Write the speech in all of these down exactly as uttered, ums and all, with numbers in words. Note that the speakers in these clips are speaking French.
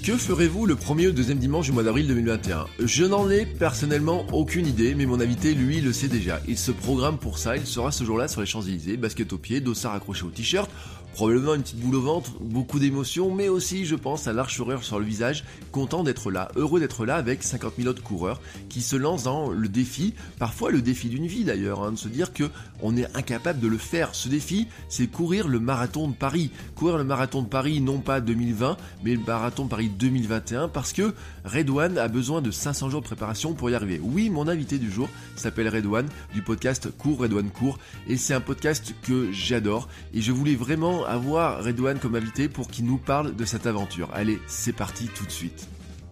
Que ferez-vous le premier ou deuxième dimanche du mois d'avril deux mille vingt et un ? Je n'en ai personnellement aucune idée, mais mon invité, lui, le sait déjà. Il se programme pour ça, il sera ce jour-là sur les Champs-Élysées, basket aux pieds, dossard accroché au t-shirt, probablement une petite boule au ventre, beaucoup d'émotions, mais aussi, je pense, un large sourire sur le visage, content d'être là, heureux d'être là avec cinquante mille autres coureurs qui se lancent dans le défi, parfois le défi d'une vie d'ailleurs, hein, de se dire que on est incapable de le faire. Ce défi, c'est courir le marathon de Paris. Courir le marathon de Paris, non pas deux mille vingt, mais le marathon de Paris deux mille vingt et un, parce que Redouane a besoin de cinq cents jours de préparation pour y arriver. Oui, mon invité du jour s'appelle Redouane, du podcast Cours Redouane Cours, et c'est un podcast que j'adore, et je voulais vraiment avoir Redouane comme invité pour qu'il nous parle de cette aventure. Allez, c'est parti tout de suite.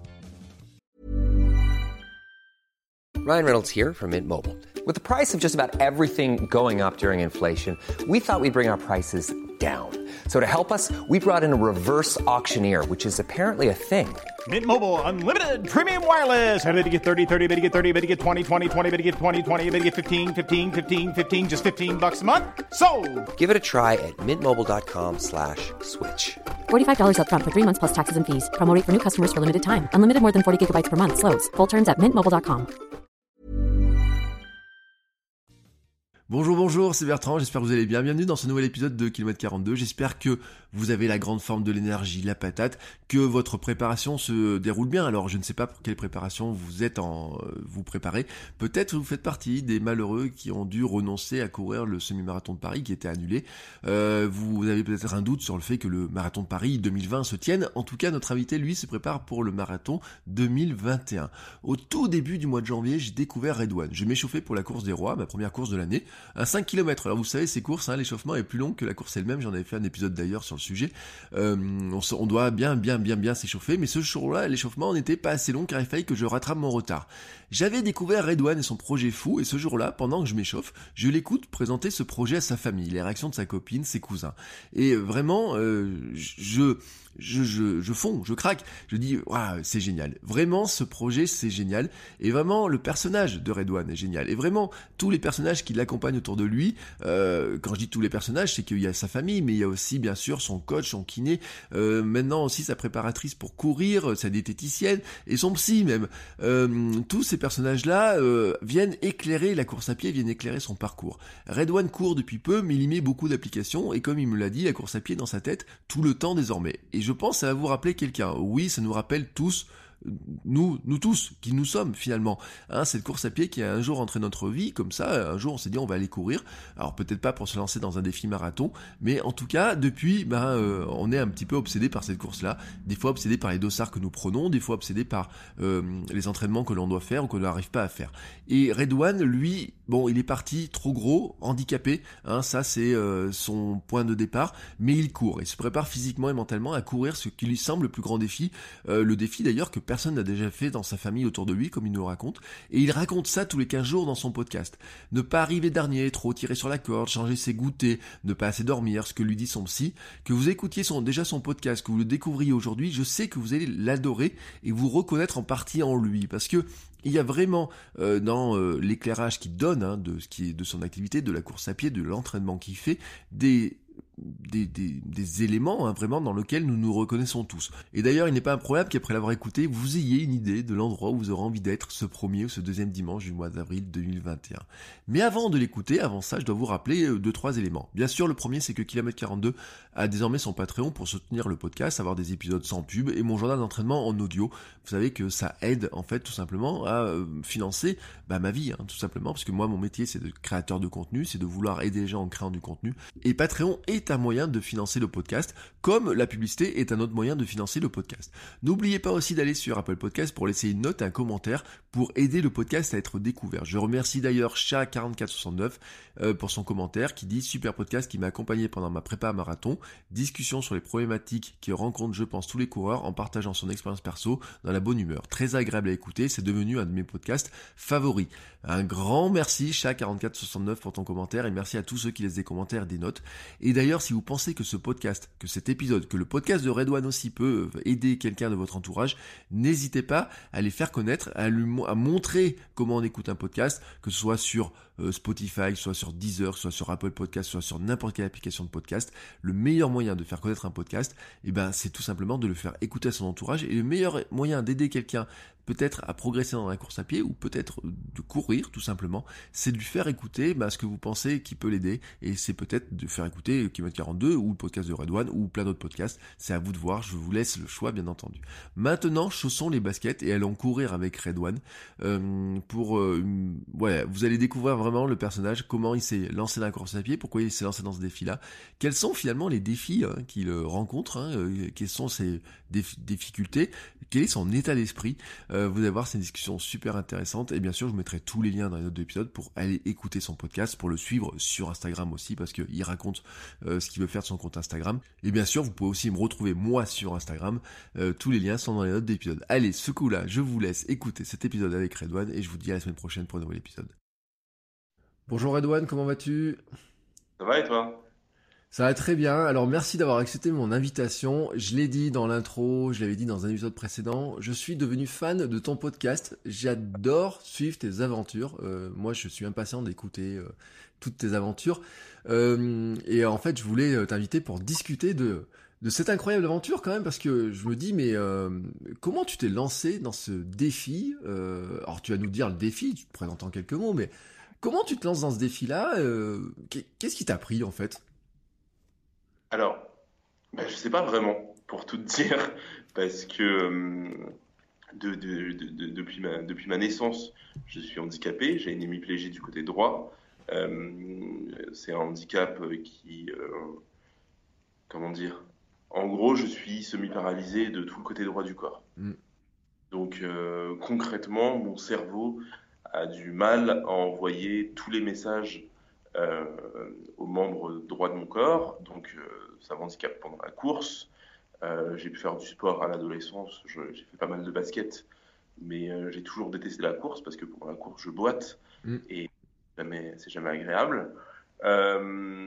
Ryan Reynolds here from Mint Mobile. With the price of just about everything going up during inflation, we thought we'd bring our prices down. So to help us, we brought in a reverse auctioneer, which is apparently a thing. Mint Mobile Unlimited Premium Wireless. How to get thirty, thirty, how to get thirty, how to get twenty, twenty, twenty, how to get twenty, twenty, how to get fifteen, fifteen, fifteen, fifteen, just fifteen bucks a month? Sold! Give it a try at mintmobile.com slash switch. forty-five dollars up front for three months plus taxes and fees. Promo rate for new customers for limited time. Unlimited more than forty gigabytes per month. Slows full terms at mint mobile dot com. Bonjour, bonjour, c'est Bertrand, j'espère que vous allez bien. Bienvenue dans ce nouvel épisode de Kilomètre quarante-deux. J'espère que vous avez la grande forme de l'énergie, la patate, que votre préparation se déroule bien. Alors, je ne sais pas pour quelle préparation vous êtes en, euh, vous préparez. Peut-être vous faites partie des malheureux qui ont dû renoncer à courir le semi-marathon de Paris qui était annulé. Euh, vous avez peut-être un doute sur le fait que le marathon de Paris deux mille vingt se tienne. En tout cas, notre invité, lui, se prépare pour le marathon deux mille vingt et un. Au tout début du mois de janvier, j'ai découvert Redouane. Je m'échauffais pour la course des rois, ma première course de l'année. Un cinq kilomètres, alors vous savez ces courses, hein, l'échauffement est plus long que la course elle-même, j'en avais fait un épisode d'ailleurs sur le sujet, euh, on, on doit bien bien bien bien s'échauffer, mais ce jour-là l'échauffement n'était pas assez long car il fallait que je rattrape mon retard. J'avais découvert Redouane et son projet fou, et ce jour-là, pendant que je m'échauffe, je l'écoute présenter ce projet à sa famille, les réactions de sa copine, ses cousins, et vraiment, euh, je... Je, je, je fonds, je craque, je dis waouh, c'est génial, vraiment ce projet c'est génial, et vraiment le personnage de Redouane est génial, et vraiment tous les personnages qui l'accompagnent autour de lui, euh, quand je dis tous les personnages, c'est qu'il y a sa famille, mais il y a aussi bien sûr son coach, son kiné, euh, maintenant aussi sa préparatrice pour courir, sa diététicienne, et son psy même, euh, tous ces personnages-là euh, viennent éclairer la course à pied, viennent éclairer son parcours. Redouane court depuis peu, mais il y met beaucoup d'applications, et comme il me l'a dit, la course à pied est dans sa tête tout le temps désormais, et je pense que ça va vous rappeler quelqu'un. Oui, ça nous rappelle tous, nous, nous tous, qui nous sommes finalement. Hein, cette course à pied qui a un jour entré notre vie, comme ça, un jour on s'est dit on va aller courir. Alors peut-être pas pour se lancer dans un défi marathon, mais en tout cas, depuis, ben, euh, on est un petit peu obsédé par cette course-là. Des fois obsédé par les dossards que nous prenons, des fois obsédé par euh, les entraînements que l'on doit faire ou que l'on n'arrive pas à faire. Et Redouane, lui, bon, il est parti trop gros, handicapé, hein, ça c'est euh, son point de départ, mais il court. Il se prépare physiquement et mentalement à courir ce qui lui semble le plus grand défi, euh, le défi d'ailleurs que personne n'a déjà fait dans sa famille autour de lui, comme il nous raconte, et il raconte ça tous les quinze jours dans son podcast. Ne pas arriver dernier, trop tirer sur la corde, changer ses goûters, ne pas assez dormir, ce que lui dit son psy, que vous écoutiez son, déjà son podcast, que vous le découvriez aujourd'hui, je sais que vous allez l'adorer et vous reconnaître en partie en lui, parce que il y a vraiment euh, dans euh, l'éclairage qu'il donne hein, de ce qui est de son activité, de la course à pied, de l'entraînement qu'il fait, des Des, des, des éléments hein, vraiment dans lesquels nous nous reconnaissons tous. Et d'ailleurs, il n'est pas improbable qu'après l'avoir écouté, vous ayez une idée de l'endroit où vous aurez envie d'être ce premier ou ce deuxième dimanche du mois d'avril deux mille vingt et un. Mais avant de l'écouter, avant ça, je dois vous rappeler deux, trois éléments. Bien sûr, le premier, c'est que Kilomètre quarante-deux a désormais son Patreon pour soutenir le podcast, avoir des épisodes sans pub et mon journal d'entraînement en audio. Vous savez que ça aide en fait tout simplement à euh, financer bah, ma vie, hein, tout simplement, parce que moi, mon métier, c'est de créateur de contenu, c'est de vouloir aider les gens en créant du contenu. Et Patreon est un moyen de financer le podcast, comme la publicité est un autre moyen de financer le podcast. N'oubliez pas aussi d'aller sur Apple Podcast pour laisser une note, un commentaire, pour aider le podcast à être découvert. Je remercie d'ailleurs Chat quarante-quatre soixante-neuf euh, pour son commentaire qui dit « Super podcast qui m'a accompagné pendant ma prépa marathon, discussion sur les problématiques qui rencontrent, je pense, tous les coureurs en partageant son expérience perso dans la bonne humeur. Très agréable à écouter, c'est devenu un de mes podcasts favoris. » Un grand merci Chat quarante-quatre soixante-neuf pour ton commentaire et merci à tous ceux qui laissent des commentaires et des notes. Et d'ailleurs, D'ailleurs, si vous pensez que ce podcast, que cet épisode, que le podcast de Redouane aussi peut aider quelqu'un de votre entourage, n'hésitez pas à les faire connaître, à, lui, à montrer comment on écoute un podcast, que ce soit sur euh, Spotify, soit sur Deezer, soit sur Apple Podcast, soit sur n'importe quelle application de podcast. Le meilleur moyen de faire connaître un podcast, eh ben, c'est tout simplement de le faire écouter à son entourage. Et le meilleur moyen d'aider quelqu'un peut-être à progresser dans la course à pied ou peut-être de courir tout simplement, c'est de lui faire écouter bah, ce que vous pensez qui peut l'aider, et c'est peut-être de faire écouter Kilomètre quarante-deux ou le podcast de Redouane ou plein d'autres podcasts. C'est à vous de voir, je vous laisse le choix bien entendu. Maintenant, chaussons les baskets et allons courir avec Redouane euh, pour euh, voilà, vous allez découvrir vraiment le personnage, comment il s'est lancé dans la course à pied, pourquoi il s'est lancé dans ce défi-là, quels sont finalement les défis hein, qu'il rencontre, hein, euh, quelles sont ses déf- difficultés, quel est son état d'esprit. Euh, vous allez voir, c'est une discussion super intéressante, et bien sûr je vous mettrai tous les liens dans les notes de l'épisode pour aller écouter son podcast, pour le suivre sur Instagram aussi, parce qu'il raconte euh, ce qu'il veut faire de son compte Instagram. Et bien sûr vous pouvez aussi me retrouver moi sur Instagram, euh, tous les liens sont dans les notes de l'épisode. Allez, ce coup là, je vous laisse écouter cet épisode avec Redouane, et je vous dis à la semaine prochaine pour un nouvel épisode. Bonjour Redouane, comment vas-tu ? Ça va et toi ? Ça va très bien, alors merci d'avoir accepté mon invitation. Je l'ai dit dans l'intro, je l'avais dit dans un épisode précédent, je suis devenu fan de ton podcast, j'adore suivre tes aventures, euh, moi je suis impatient d'écouter euh, toutes tes aventures, euh, et en fait je voulais t'inviter pour discuter de, de cette incroyable aventure quand même, parce que je me dis mais euh, comment tu t'es lancé dans ce défi, euh, alors tu vas nous dire le défi, tu te présentes en quelques mots, mais comment tu te lances dans ce défi-là, euh, qu'est-ce qui t'a pris en fait ? Alors, ben, je sais pas vraiment, pour tout te dire, parce que euh, de, de, de, de, depuis, ma, depuis ma naissance, je suis handicapé, j'ai une hémiplégie du côté droit. Euh, c'est un handicap qui, euh, comment dire, en gros, je suis semi-paralysé de tout le côté droit du corps. Mm. Donc, euh, concrètement, mon cerveau a du mal à envoyer tous les messages Euh, aux membres droits de mon corps, donc euh, ça m'handicape pendant la course. Euh, j'ai pu faire du sport à l'adolescence, je, j'ai fait pas mal de basket, mais euh, j'ai toujours détesté la course parce que pendant la course je boite mm. et jamais, c'est jamais agréable. Euh,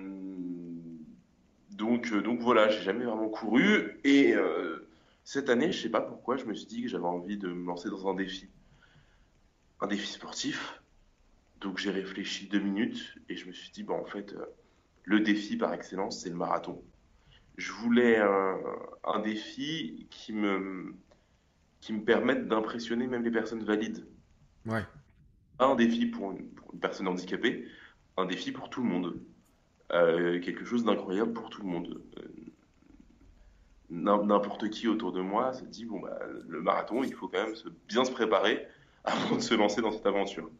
donc, euh, donc voilà, j'ai jamais vraiment couru, et euh, cette année, je sais pas pourquoi, je me suis dit que j'avais envie de me lancer dans un défi, un défi sportif. Donc j'ai réfléchi deux minutes et je me suis dit, bon, en fait, euh, le défi par excellence, c'est le marathon. Je voulais un, un défi qui me, qui me permette d'impressionner même les personnes valides. Ouais. Pas un défi pour une, pour une personne handicapée, un défi pour tout le monde. Euh, quelque chose d'incroyable pour tout le monde. Euh, n'importe qui autour de moi se dit, bon, bah, le marathon, il faut quand même se, bien se préparer avant de se lancer dans cette aventure.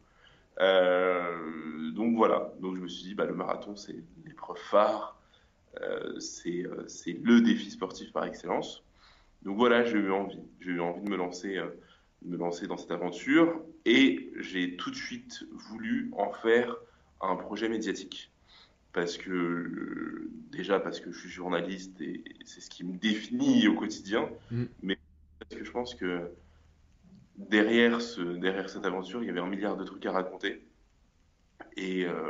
Euh, donc voilà, donc je me suis dit bah, le marathon c'est l'épreuve phare, euh, c'est, euh, c'est le défi sportif par excellence. Donc voilà, j'ai eu envie, j'ai eu envie de me lancer, euh, de me lancer dans cette aventure, et j'ai tout de suite voulu en faire un projet médiatique. Parce que, euh, déjà parce que je suis journaliste et c'est ce qui me définit au quotidien, mmh. mais parce que je pense que Derrière, ce, derrière cette aventure, il y avait un milliard de trucs à raconter. Et, euh,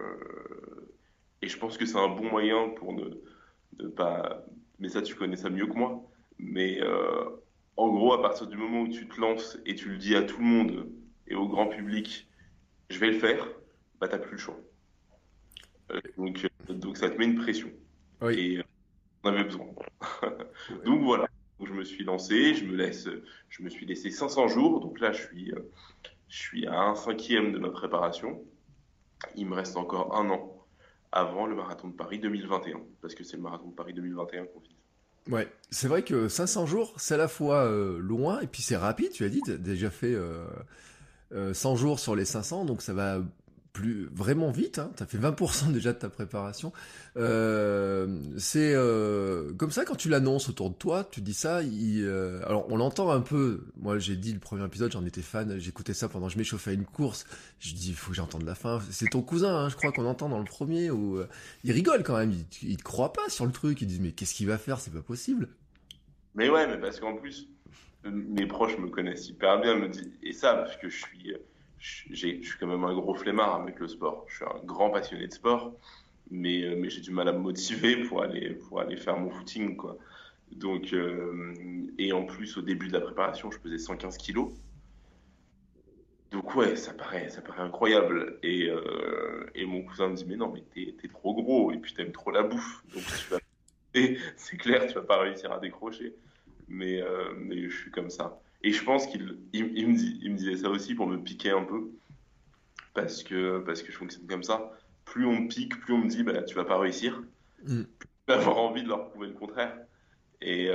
et je pense que c'est un bon moyen pour ne, ne pas... Mais ça, tu connais ça mieux que moi. Mais euh, en gros, à partir du moment où tu te lances et tu le dis à tout le monde et au grand public, je vais le faire, bah t'as plus le choix. Euh, donc, donc ça te met une pression. Oui. Et on avait besoin. Donc voilà. Donc je me suis lancé, je me laisse, je me suis laissé cinq cents jours. Donc là, je suis, je suis à un cinquième de ma préparation. Il me reste encore un an avant le marathon de Paris deux mille vingt et un, parce que c'est le marathon de Paris deux mille vingt et un qu'on vise. Ouais, c'est vrai que cinq cents jours, c'est à la fois euh, loin et puis c'est rapide. Tu as dit, tu as déjà fait euh, euh, cent jours sur les cinq cents, donc ça va plus vraiment vite, hein. Tu as fait vingt pour cent déjà de ta préparation. Euh, c'est euh, comme ça, quand tu l'annonces autour de toi, tu dis ça, il, euh, alors on l'entend un peu, moi j'ai dit le premier épisode, j'en étais fan, j'écoutais ça pendant que je m'échauffais à une course, je dis il faut que j'entende la fin, c'est ton cousin, hein, je crois qu'on entend dans le premier, où euh, il rigole quand même, il, il te croit pas sur le truc, il dit mais qu'est-ce qu'il va faire, c'est pas possible. Mais ouais, mais parce qu'en plus, mes proches me connaissent hyper bien, me disent, et ça, parce que je suis... J'ai, je suis quand même un gros flemmard avec le sport. Je suis un grand passionné de sport, mais, euh, mais j'ai du mal à me motiver pour aller, pour aller faire mon footing, quoi. Donc, euh, et en plus, au début de la préparation, je pesais cent quinze kilos. Donc ouais, ça paraît, ça paraît incroyable. Et, euh, et mon cousin me dit, mais non, mais t'es, t'es trop gros et puis t'aimes trop la bouffe. Donc tu vas, et c'est clair, tu vas pas réussir à décrocher. Mais, euh, mais je suis comme ça. Et je pense qu'il il, il me dit, il me disait ça aussi pour me piquer un peu, parce que, parce que je fonctionne comme ça. Plus on me pique, plus on me dit, bah, tu vas pas réussir. Mm. Je vais avoir envie de leur prouver le contraire. Et,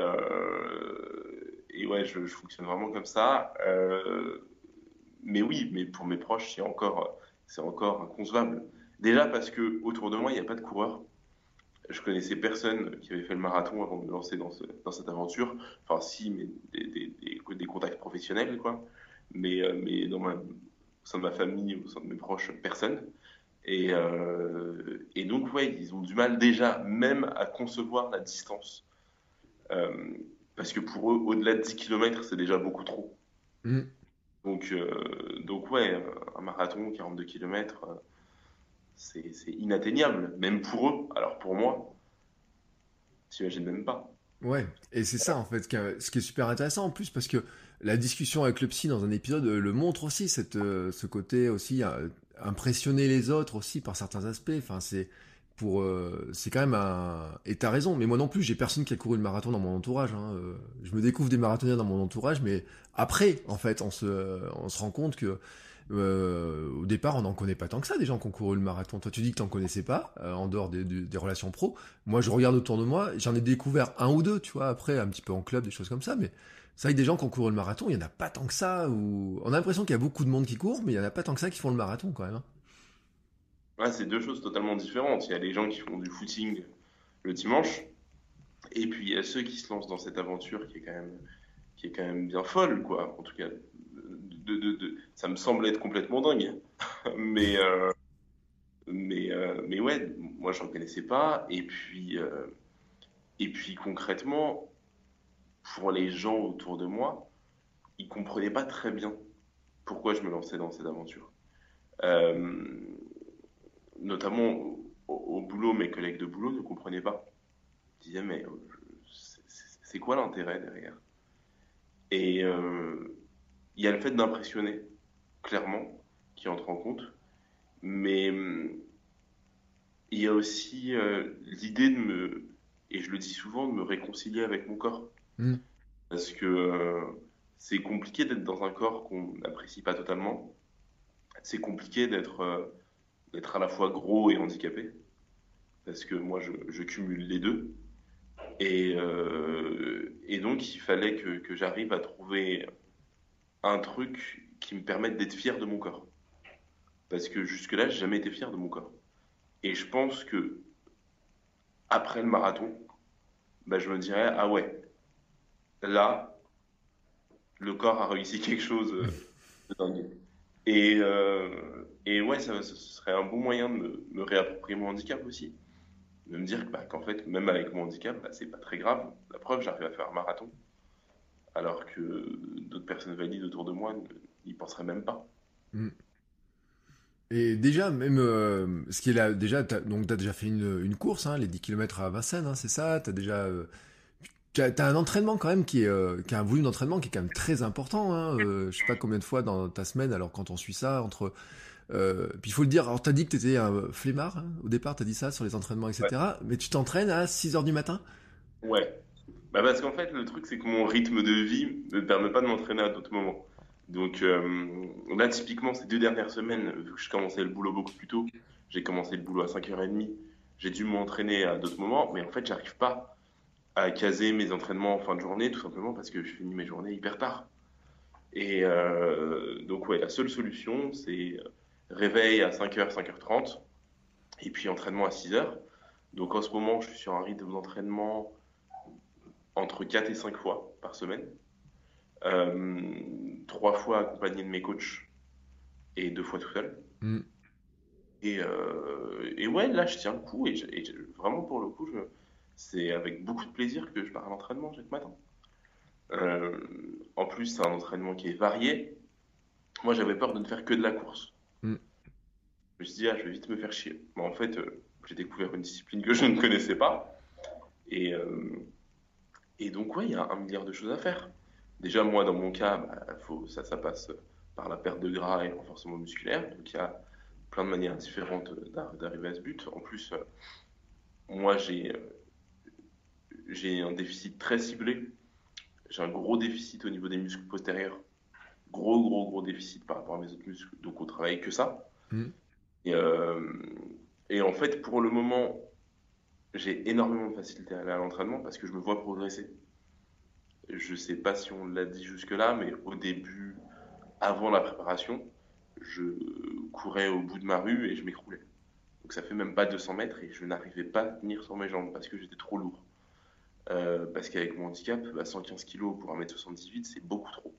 euh, et ouais, je, je fonctionne vraiment comme ça. Euh, mais oui, mais pour mes proches, c'est encore, c'est encore inconcevable. Déjà parce que autour de moi, il n'y a pas de coureurs. Je connaissais personne qui avait fait le marathon avant de me lancer dans, ce- dans cette aventure. Enfin, si, mais des, des- des- des contacts professionnels, quoi. Mais, euh, mais dans ma, au sein de ma famille, au sein de mes proches, personne. Et, euh, et donc, ouais, ils ont du mal déjà, même à concevoir la distance. Euh, Parce que pour eux, au-delà de dix kilomètres, c'est déjà beaucoup trop. Mm. Donc, euh, donc ouais, un marathon, quarante-deux kilomètres, euh, c'est, c'est inatteignable, même pour eux. Alors pour moi, j'imagine même pas. Ouais, et c'est ça en fait, ce qui est ce qui est super intéressant en plus, parce que la discussion avec le psy dans un épisode euh, le montre aussi, cette, euh, ce côté aussi, euh, impressionner les autres aussi par certains aspects, enfin c'est pour, euh, c'est quand même un... Et t'as raison, mais moi non plus, j'ai personne qui a couru le marathon dans mon entourage, hein, euh, je me découvre des marathoniens dans mon entourage, mais après, en fait, on se, on se rend compte que euh, au départ, on n'en connaît pas tant que ça, des gens qui ont couru le marathon. Toi, tu dis que t'en connaissais pas, euh, en dehors des, des, des relations pro. Moi, je regarde autour de moi, j'en ai découvert un ou deux, tu vois, après, un petit peu en club, des choses comme ça, mais c'est vrai que des gens qui ont couru le marathon, il y en a pas tant que ça, ou... On a l'impression qu'il y a beaucoup de monde qui court, mais il y en a pas tant que ça qui font le marathon, quand même, hein. Ouais, c'est deux choses totalement différentes. Il y a les gens qui font du footing le dimanche, et puis il y a ceux qui se lancent dans cette aventure qui est quand même, qui est quand même bien folle, quoi. En tout cas, de, de, de- ça me semble être complètement dingue. Mais, euh, mais, euh, mais ouais, moi, je ne connaissais pas. Et puis, euh, et puis concrètement, pour les gens autour de moi, ils comprenaient pas très bien pourquoi je me lançais dans cette aventure. Euh, Notamment au, au- au boulot, mes collègues de boulot ne comprenaient pas. Ils disaient, mais euh, c'est c'est- c'est quoi l'intérêt derrière? Et euh, il y a le fait d'impressionner, clairement, qui entre en compte, mais hum, il y a aussi euh, l'idée de me, et je le dis souvent, de me réconcilier avec mon corps. Mm. Parce que euh, c'est compliqué d'être dans un corps qu'on n'apprécie pas totalement. C'est compliqué d'être euh, d'être à la fois gros et handicapé, parce que moi je, je cumule les deux. Et, euh, et donc il fallait que, que j'arrive à trouver un truc qui me permette d'être fier de mon corps. Parce que jusque-là, j'ai jamais été fier de mon corps. Et je pense que après le marathon, bah, je me dirais, ah ouais, là, le corps a réussi quelque chose euh, de dingue. Et, euh, et ouais, ça, ce serait un bon moyen de me, me réapproprier mon handicap aussi. De me dire que, bah, qu'en fait, même avec mon handicap, bah, c'est pas très grave. La preuve, j'arrive à faire un marathon. Alors que d'autres personnes valides autour de moi n'y penseraient même pas. Mm. Et déjà, même, euh, ce qui est là, déjà, t'as, donc t'as déjà fait une, une course, hein, les dix kilomètres à Vincennes, hein, c'est ça, t'as déjà... euh, T'as t'as un entraînement quand même qui est, euh, qui a un volume d'entraînement qui est quand même très important, hein, euh, je sais pas combien de fois dans ta semaine, alors quand on suit ça, entre... Euh, puis il faut le dire, alors t'as dit que t'étais un flemmard, hein, au départ t'as dit ça sur les entraînements, Ouais. et cetera, mais tu t'entraînes à six heures du matin? Ouais. Bah parce qu'en fait, le truc, c'est que mon rythme de vie ne me permet pas de m'entraîner à d'autres moments. Donc euh, là, typiquement, ces deux dernières semaines, vu que je commençais le boulot beaucoup plus tôt, j'ai commencé le boulot à cinq heures trente, j'ai dû m'entraîner à d'autres moments, mais en fait, j'arrive pas à caser mes entraînements en fin de journée, tout simplement parce que je finis mes journées hyper tard. Et euh, donc, ouais, la seule solution, c'est réveil à cinq heures, cinq heures trente, et puis entraînement à six heures. Donc en ce moment, je suis sur un rythme d'entraînement entre quatre et cinq fois par semaine, euh, trois fois accompagné de mes coachs et deux fois tout seul. Hmm. Et, euh, et ouais, là, je tiens le coup, et, je- et je- vraiment, pour le coup, je- c'est avec beaucoup de plaisir que je pars à l'entraînement chaque matin. Euh, En plus, c'est un entraînement qui est varié. Moi, j'avais peur de ne faire que de la course. Hmm. Je me suis dit, ah, je vais vite me faire chier. Mais en fait, euh, j'ai découvert une discipline que je ne connaissais pas. Et, euh, et donc, ouais, il y a un milliard de choses à faire. Déjà, moi, dans mon cas, bah, faut, ça, ça passe par la perte de gras et le renforcement musculaire. Donc, il y a plein de manières différentes d'arriver à ce but. En plus, euh, moi, j'ai, euh, j'ai un déficit très ciblé. J'ai un gros déficit au niveau des muscles postérieurs. Gros, gros, gros déficit par rapport à mes autres muscles. Donc, on travaille que ça. Mmh. Et, euh, et en fait, pour le moment, j'ai énormément de facilité à aller à l'entraînement parce que je me vois progresser. Je ne sais pas si on l'a dit jusque-là, mais au début, avant la préparation, je courais au bout de ma rue et je m'écroulais. Donc ça fait même pas deux cents mètres et je n'arrivais pas à tenir sur mes jambes parce que j'étais trop lourd. Euh, parce qu'avec mon handicap, bah, cent quinze kilos pour un mètre soixante-dix-huit, c'est beaucoup trop.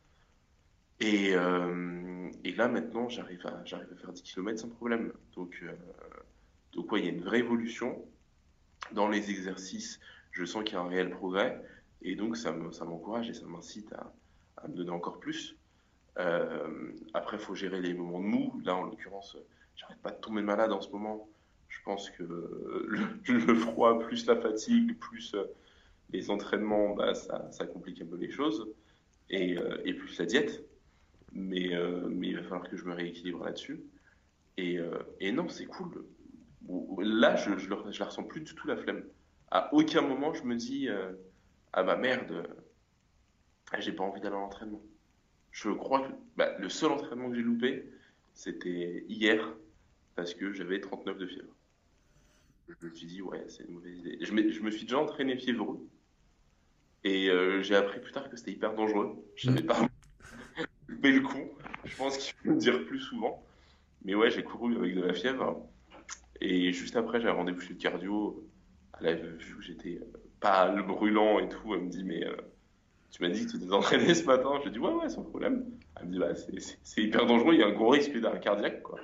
Et, euh, et là, maintenant, j'arrive à, j'arrive à faire dix kilomètres sans problème. Donc, euh, donc ouais, il y a une vraie évolution. Dans les exercices, je sens qu'il y a un réel progrès. Et donc, ça, me, ça m'encourage et ça m'incite à, à me donner encore plus. Euh, après, il faut gérer les moments de mou. Là, en l'occurrence, j'arrête pas de tomber malade en ce moment. Je pense que le, le froid, plus la fatigue, plus les entraînements, bah, ça, ça complique un peu les choses. Et, euh, et plus la diète. Mais, euh, mais il va falloir que je me rééquilibre là-dessus. Et, euh, et non, c'est cool. Là, je ne la ressens plus du tout, la flemme. À aucun moment, je me dis euh, ah bah merde, j'ai pas envie d'aller à l'entraînement. Je crois que bah, le seul entraînement que j'ai loupé, c'était hier, parce que j'avais trente-neuf de fièvre. Je me suis dit, ouais, c'est une mauvaise idée. Je me, je me suis déjà entraîné fiévreux, et euh, j'ai appris plus tard que c'était hyper dangereux. Je savais pas louper le coup. Je pense qu'il faut le dire plus souvent. Mais ouais, j'ai couru avec de la fièvre. Et juste après, j'ai un rendez-vous chez le cardio. Elle avait vu que j'étais pâle, brûlant et tout. Elle me dit, mais euh, tu m'as dit que tu t'es entraîné ce matin. Je lui ai dit, ouais, ouais, sans problème. Elle me dit, bah, c'est, c'est, c'est hyper dangereux, il y a un gros risque d'arrêt cardiaque, quoi.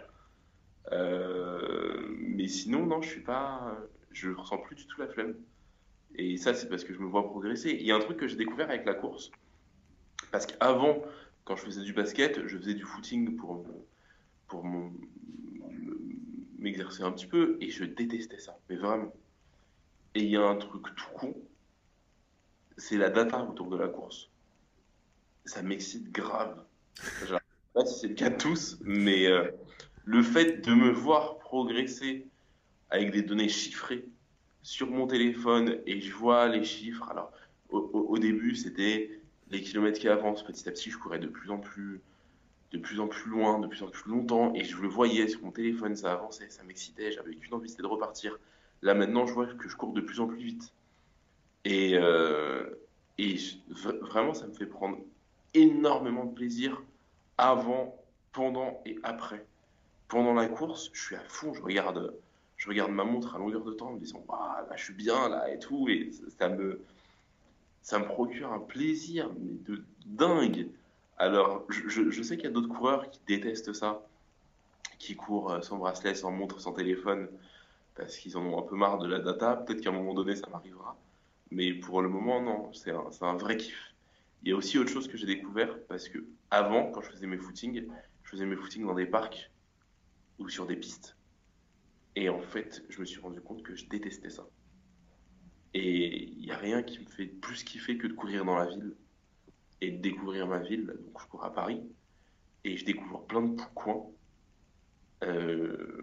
Euh, mais sinon, non, je suis pas, je ressens plus du tout la flemme. Et ça, c'est parce que je me vois progresser. Il y a un truc que j'ai découvert avec la course. Parce qu'avant, quand je faisais du basket, je faisais du footing pour, me, pour mon, m'exercer un petit peu. Et je détestais ça, mais vraiment. Et il y a un truc tout con, c'est la data autour de la course. Ça m'excite grave. Je ne sais pas si c'est le cas de tous, mais euh, le fait de me voir progresser avec des données chiffrées sur mon téléphone et je vois les chiffres. Alors, au, au, au début, c'était les kilomètres qui avancent. Petit à petit, je courais de plus en plus, de plus en plus loin, de plus en plus longtemps. Et je le voyais sur mon téléphone, ça avançait, ça m'excitait. J'avais qu'une envie, c'était de repartir. Là, maintenant, je vois que je cours de plus en plus vite. Et, euh, et je, vraiment, ça me fait prendre énormément de plaisir avant, pendant et après. Pendant la course, je suis à fond. Je regarde, je regarde ma montre à longueur de temps en me disant waouh, là, je suis bien, là, et tout. Et ça, ça, me, ça me procure un plaisir mais de dingue. Alors, je, je, je sais qu'il y a d'autres coureurs qui détestent ça, qui courent sans bracelet, sans montre, sans téléphone, parce qu'ils en ont un peu marre de la data. Peut-être qu'à un moment donné, ça m'arrivera. Mais pour le moment, non, c'est un, c'est un vrai kiff. Il y a aussi autre chose que j'ai découvert, parce que avant, quand je faisais mes footings, je faisais mes footings dans des parcs ou sur des pistes. Et en fait, je me suis rendu compte que je détestais ça. Et il n'y a rien qui me fait plus kiffer que de courir dans la ville et de découvrir ma ville. Donc je cours à Paris et je découvre plein de coins. Euh...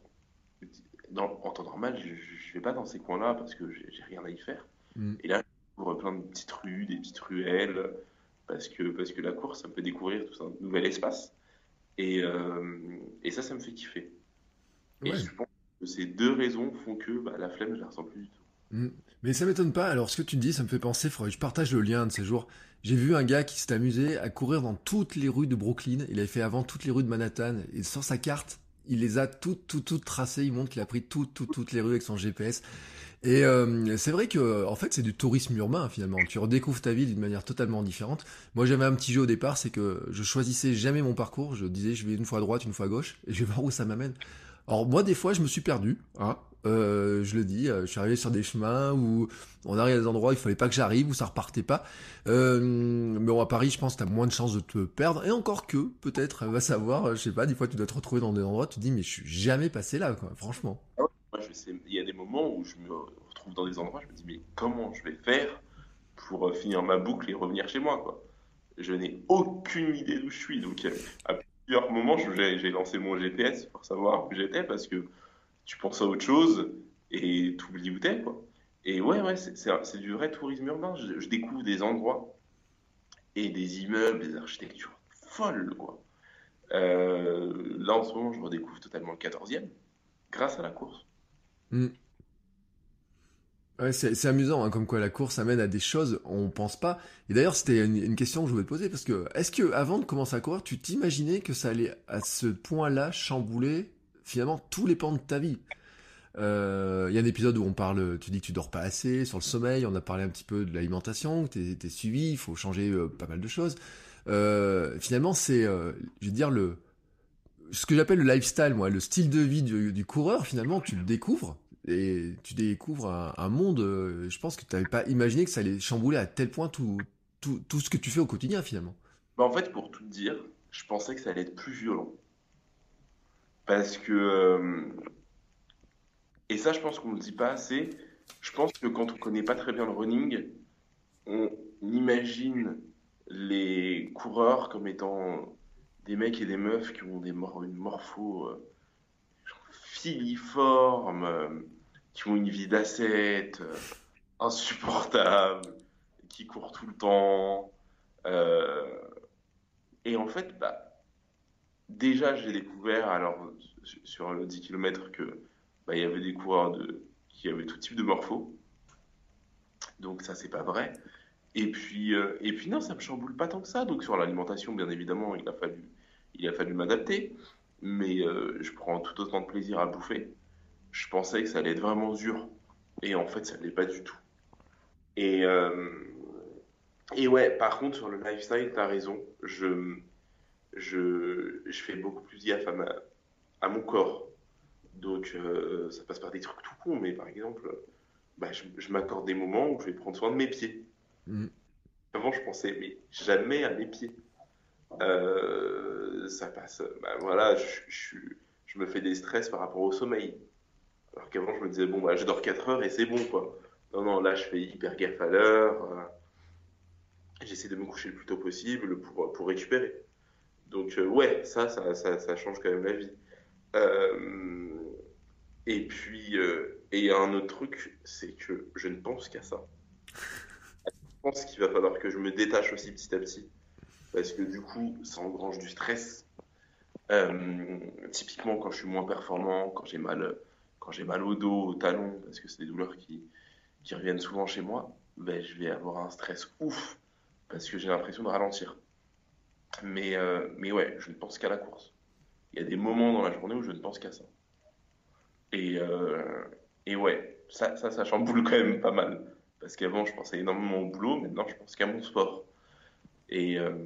Dans, en temps normal, je ne vais pas dans ces coins-là parce que j'ai, j'ai rien à y faire. Mmh. Et là, je découvre plein de petites rues, des petites ruelles, parce que, parce que la course, ça me fait découvrir tout un nouvel espace. Et, euh, et ça, ça me fait kiffer. Ouais. Et je pense que ces deux raisons font que bah, la flemme, je la ressens plus du tout. Mmh. Mais ça m'étonne pas. Alors, ce que tu te dis, ça me fait penser, faudrait que je partage le lien de ces jours. J'ai vu un gars qui s'est amusé à courir dans toutes les rues de Brooklyn. Il avait fait avant toutes les rues de Manhattan. Et sur sa carte, il les a toutes, toutes, toutes tracées. Il montre qu'il a pris toutes, toutes, toutes les rues avec son G P S. Et euh, c'est vrai que, en fait, c'est du tourisme urbain, finalement. Tu redécouvres ta ville d'une manière totalement différente. Moi, j'avais un petit jeu au départ, c'est que je choisissais jamais mon parcours. Je disais, je vais une fois à droite, une fois à gauche, et je vais voir où ça m'amène. Alors, moi, des fois, je me suis perdu, hein. Euh, je le dis, je suis arrivé sur des chemins où on arrive à des endroits où il fallait pas que j'arrive, où ça repartait pas. Euh, mais bon, à Paris, je pense que t'as moins de chances de te perdre. Et encore que, peut-être, va savoir, je sais pas, des fois tu dois te retrouver dans des endroits, tu te dis, mais je suis jamais passé là, quoi, franchement. Ah ouais, moi, je sais, il y a des moments où je me retrouve dans des endroits, je me dis, mais comment je vais faire pour finir ma boucle et revenir chez moi, quoi. Je n'ai aucune idée d'où je suis. Donc, à plusieurs moments, j'ai, j'ai lancé mon G P S pour savoir où j'étais parce que tu penses à autre chose et tu oublies où t'es, quoi. Et ouais, ouais, c'est, c'est, c'est du vrai tourisme urbain. Je, je découvre des endroits et des immeubles, des architectures folles, quoi. Euh, là, en ce moment, je redécouvre totalement le quatorzième grâce à la course. Mm. Ouais, c'est, c'est amusant, hein, comme quoi la course amène à des choses on pense pas. Et d'ailleurs, c'était une, une question que je voulais te poser parce que est-ce que avant de commencer à courir, tu t'imaginais que ça allait à ce point-là chambouler finalement tous les pans de ta vie? Il euh, y a un épisode où on parle, tu dis que tu dors pas assez sur le sommeil. On a parlé un petit peu de l'alimentation, que t'es, t'es suivi, il faut changer euh, pas mal de choses. Euh, finalement, c'est, euh, je veux dire le, ce que j'appelle le lifestyle, moi, le style de vie du, du coureur. Finalement, tu le découvres. Et tu découvres un, un monde, euh, je pense que tu n'avais pas imaginé que ça allait chambouler à tel point tout, tout, tout ce que tu fais au quotidien finalement. Bah, en fait, pour tout te dire, je pensais que ça allait être plus violent. Parce que... euh, Et ça, je pense qu'on ne le dit pas assez. Je pense que quand on ne connaît pas très bien le running, on imagine les coureurs comme étant des mecs et des meufs qui ont des mor- une morpho euh, genre filiforme, euh, qui ont une vie d'ascète, euh, insupportable, qui courent tout le temps. euh, Et en fait, bah, déjà, j'ai découvert, alors, su- sur le dix kilomètres, que bah, il y avait des coureurs de, qui avaient tout type de morpho. Donc ça, c'est pas vrai. Et puis, euh, et puis non, ça me chamboule pas tant que ça. Donc sur l'alimentation, bien évidemment, il a fallu, il a fallu m'adapter. Mais euh, je prends tout autant de plaisir à bouffer. Je pensais que ça allait être vraiment dur. Et en fait, ça ne l'est pas du tout. Et, euh, et ouais, par contre, sur le lifestyle, t'as raison. Je, je, je fais beaucoup plus gaffe à, ma, à mon corps. Donc, euh, ça passe par des trucs tout cons. Mais par exemple, bah, je, je m'accorde des moments où je vais prendre soin de mes pieds. Mm. Avant, je pensais, mais jamais à mes pieds. Euh, ça passe. Bah, voilà, je, je, je me fais des stress par rapport au sommeil. Alors qu'avant, je me disais, bon, bah, je dors quatre heures et c'est bon, quoi. Non, non, là, je fais hyper gaffe à l'heure. euh, J'essaie de me coucher le plus tôt possible pour, pour récupérer. Donc, euh, ouais, ça, ça, ça, ça change quand même la vie. Euh, et puis, euh, et il y a un autre truc, c'est que je ne pense qu'à ça. Je pense qu'il va falloir que je me détache aussi petit à petit. Parce que du coup, ça engrange du stress. Euh, typiquement, quand je suis moins performant, quand j'ai mal, quand j'ai mal au dos, au talon, parce que c'est des douleurs qui, qui reviennent souvent chez moi, ben, je vais avoir un stress ouf, parce que j'ai l'impression de ralentir. Mais, euh, mais ouais, je ne pense qu'à la course. Il y a des moments dans la journée où je ne pense qu'à ça. Et, euh, et ouais, ça, ça, ça chamboule quand même pas mal. Parce qu'avant, je pensais énormément au boulot, maintenant, je pense qu'à mon sport. Et euh,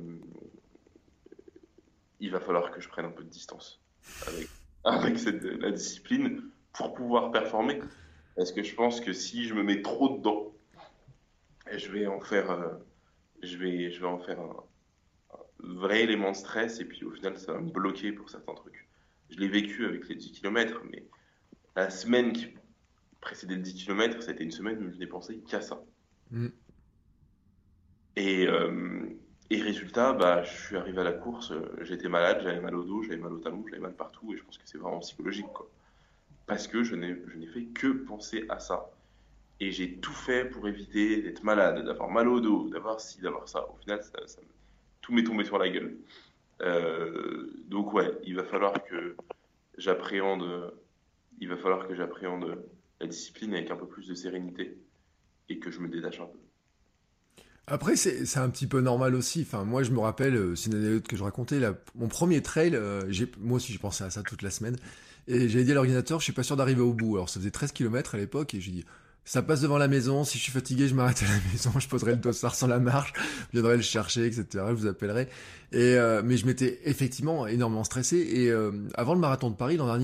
il va falloir que je prenne un peu de distance avec, avec cette, la discipline pour pouvoir performer. Parce que je pense que si je me mets trop dedans, je vais en faire, euh, je vais, je vais en faire un, un vrai élément de stress et puis au final, ça va me bloquer pour certains trucs. Je l'ai vécu avec les dix kilomètres, mais la semaine qui précédait le dix kilomètres, c'était une semaine où je n'ai pensé qu'à ça. Mm. Et, euh, et résultat, bah, je suis arrivé à la course, euh, j'étais malade, j'avais mal au dos, j'avais mal au talon, j'avais mal partout, et je pense que c'est vraiment psychologique, quoi. Parce que je n'ai, je n'ai fait que penser à ça. Et j'ai tout fait pour éviter d'être malade, d'avoir mal au dos, d'avoir ci, d'avoir ça. Au final, ça, ça, tout m'est tombé sur la gueule. Euh, donc ouais, il va falloir que j'appréhende, il va falloir que j'appréhende la discipline avec un peu plus de sérénité et que je me détache un peu. Après, c'est, c'est un petit peu normal aussi. Enfin, moi, je me rappelle, euh, c'est une anecdote que je racontais, là, mon premier trail, euh, j'ai, moi aussi, j'ai pensé à ça toute la semaine. Et j'avais dit à l'ordinateur, je suis pas sûr d'arriver au bout. Alors, ça faisait treize kilomètres à l'époque, et j'ai dit, ça passe devant la maison, si je suis fatigué, je m'arrête à la maison, je poserai le dossard sur la marche, je viendrai le chercher, et cetera, je vous appellerai. Et, euh, mais je m'étais effectivement énormément stressé. Et euh, avant le marathon de Paris, l'an dernier,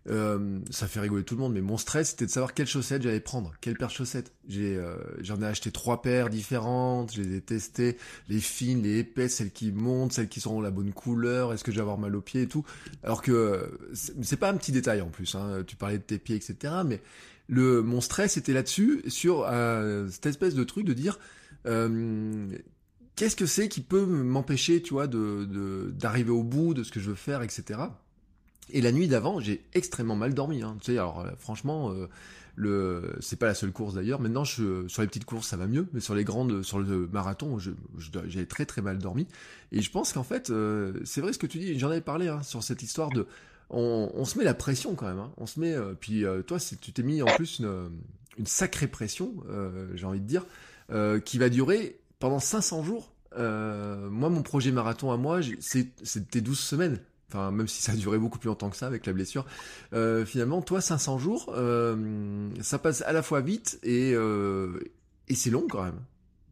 Euh, ça fait rigoler tout le monde, mais mon stress c'était de savoir quelles chaussettes j'allais prendre, quelle paire de chaussettes. J'ai, euh, j'en ai acheté trois paires différentes, je les ai testées, les fines, les épaisses, celles qui montent, celles qui sont la bonne couleur, est-ce que je vais avoir mal aux pieds et tout. Alors que c'est, c'est pas un petit détail en plus, hein. Tu parlais de tes pieds, et cetera. Mais le, mon stress était là-dessus, sur euh, cette espèce de truc de dire euh, qu'est-ce que c'est qui peut m'empêcher, tu vois, de, de, d'arriver au bout de ce que je veux faire, et cetera. Et la nuit d'avant, j'ai extrêmement mal dormi. Hein. Tu sais, alors euh, franchement, euh, le, c'est pas la seule course d'ailleurs. Maintenant, je, sur les petites courses, ça va mieux, mais sur les grandes, sur le marathon, je, je, j'ai très très mal dormi. Et je pense qu'en fait, euh, c'est vrai ce que tu dis. J'en avais parlé hein, sur cette histoire de, on, on se met la pression quand même. Hein. On se met, euh, puis euh, toi, si tu t'es mis en plus une, une sacrée pression, euh, j'ai envie de dire, euh, qui va durer pendant cinq cents jours. Euh, moi, mon projet marathon à moi, j'ai, c'est, c'était douze semaines. Enfin, même si ça a duré beaucoup plus longtemps que ça avec la blessure. Euh, finalement, toi, cinq cents jours, euh, ça passe à la fois vite et, euh, et c'est long quand même.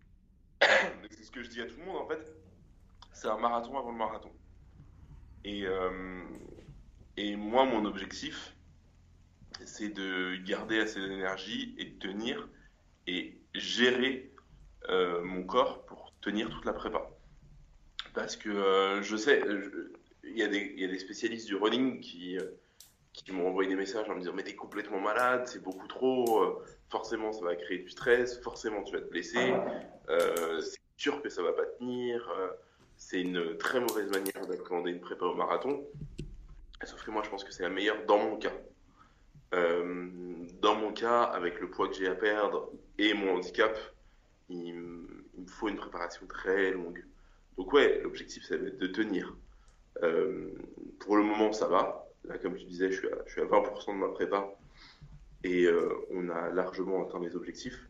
C'est ce que je dis à tout le monde en fait. C'est un marathon avant le marathon. Et, euh, et moi, mon objectif, c'est de garder assez d'énergie et de tenir et gérer euh, mon corps pour tenir toute la prépa. Parce que euh, je sais, il y a des, il y a des spécialistes du running qui, euh, qui m'ont envoyé des messages en me disant mais t'es complètement malade, c'est beaucoup trop, euh, forcément ça va créer du stress, forcément tu vas te blesser, euh, c'est sûr que ça va pas tenir, euh, c'est une très mauvaise manière d'appréhender une prépa au marathon. Sauf que moi je pense que c'est la meilleure dans mon cas. Euh, dans mon cas, avec le poids que j'ai à perdre et mon handicap, il, m- il me faut une préparation très longue. Donc ouais, l'objectif ça va être de tenir. Euh, pour le moment, ça va. Là, comme tu disais, je suis à, je suis à vingt pour cent de ma prépa et euh, on a largement atteint les objectifs.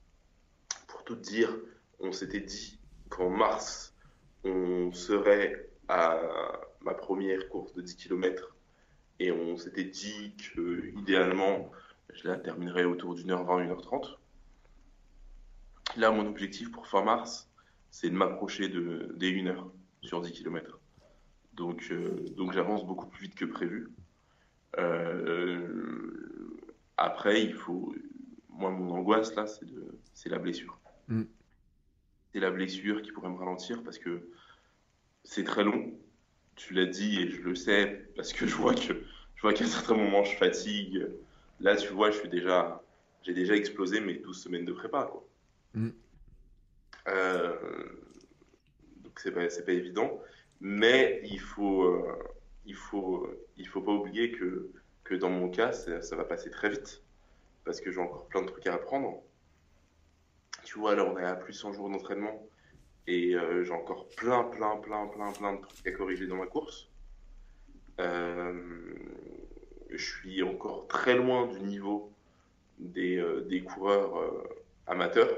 Pour tout te dire, on s'était dit qu'en mars, on serait à ma première course de dix kilomètres et on s'était dit que idéalement, je la terminerais autour d'une heure vingt, une heure trente. Là, mon objectif pour fin mars, c'est de m'approcher de, des une heure sur dix kilomètres. Donc, euh, donc j'avance beaucoup plus vite que prévu. Euh, après, il faut. Moi, mon angoisse là, c'est de, c'est la blessure. Mm. C'est la blessure qui pourrait me ralentir parce que c'est très long. Tu l'as dit et je le sais parce que je vois que je vois qu'à certains moments je fatigue. Là, tu vois, je suis déjà, j'ai déjà explosé mes douze semaines de prépa, quoi. Mm. Euh, donc c'est pas, c'est pas évident, mais il faut, euh, il faut, il faut pas oublier que, que dans mon cas, ça, ça va passer très vite parce que j'ai encore plein de trucs à apprendre. Tu vois, là on est à plus de cent jours d'entraînement et euh, j'ai encore plein, plein, plein, plein, plein de trucs à corriger dans ma course. Euh, je suis encore très loin du niveau des, euh, des coureurs euh, amateurs,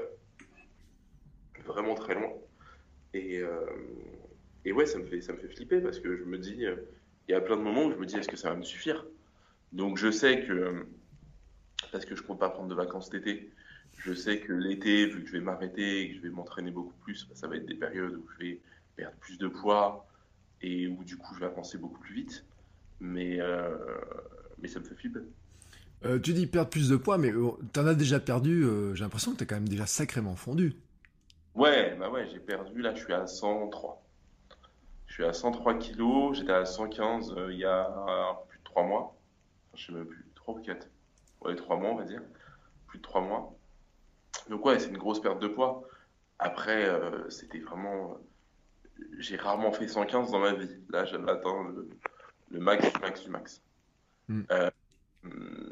vraiment très loin. Et, euh, et ouais, ça me fait, ça me fait flipper parce que je me dis, euh, il y a plein de moments où je me dis, est-ce que ça va me suffire? Donc je sais que, euh, parce que je compte pas prendre de vacances cet été, je sais que l'été, vu que je vais m'arrêter et que je vais m'entraîner beaucoup plus, bah, ça va être des périodes où je vais perdre plus de poids et où du coup je vais avancer beaucoup plus vite. Mais, euh, mais ça me fait flipper. Euh, tu dis perdre plus de poids, mais euh, t'en as déjà perdu. Euh, j'ai l'impression que t'es quand même déjà sacrément fondu. Ouais, bah ouais, j'ai perdu, là je suis à cent trois. Je suis à cent trois kilos, j'étais à cent quinze euh, il y a un peu plus de trois mois. Enfin, je sais même plus, trois ou quatre. Ouais, trois mois on va dire. Plus de trois mois. Donc ouais, c'est une grosse perte de poids. Après, euh, c'était vraiment... J'ai rarement fait cent quinze dans ma vie. Là, j'avais atteint le, le max du max du max. Mm. Euh, hum,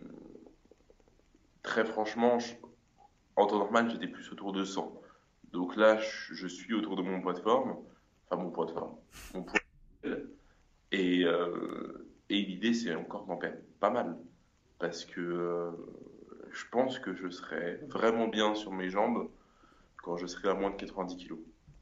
très franchement, je- en temps normal, j'étais plus autour de cent. Donc là, je, je suis autour de mon poids de forme. Enfin, mon poids de forme. Mon poids actuel. Et, euh, et l'idée, c'est encore d'en perdre pas mal. Parce que euh, je pense que je serai vraiment bien sur mes jambes quand je serai à moins de quatre-vingt-dix kilos.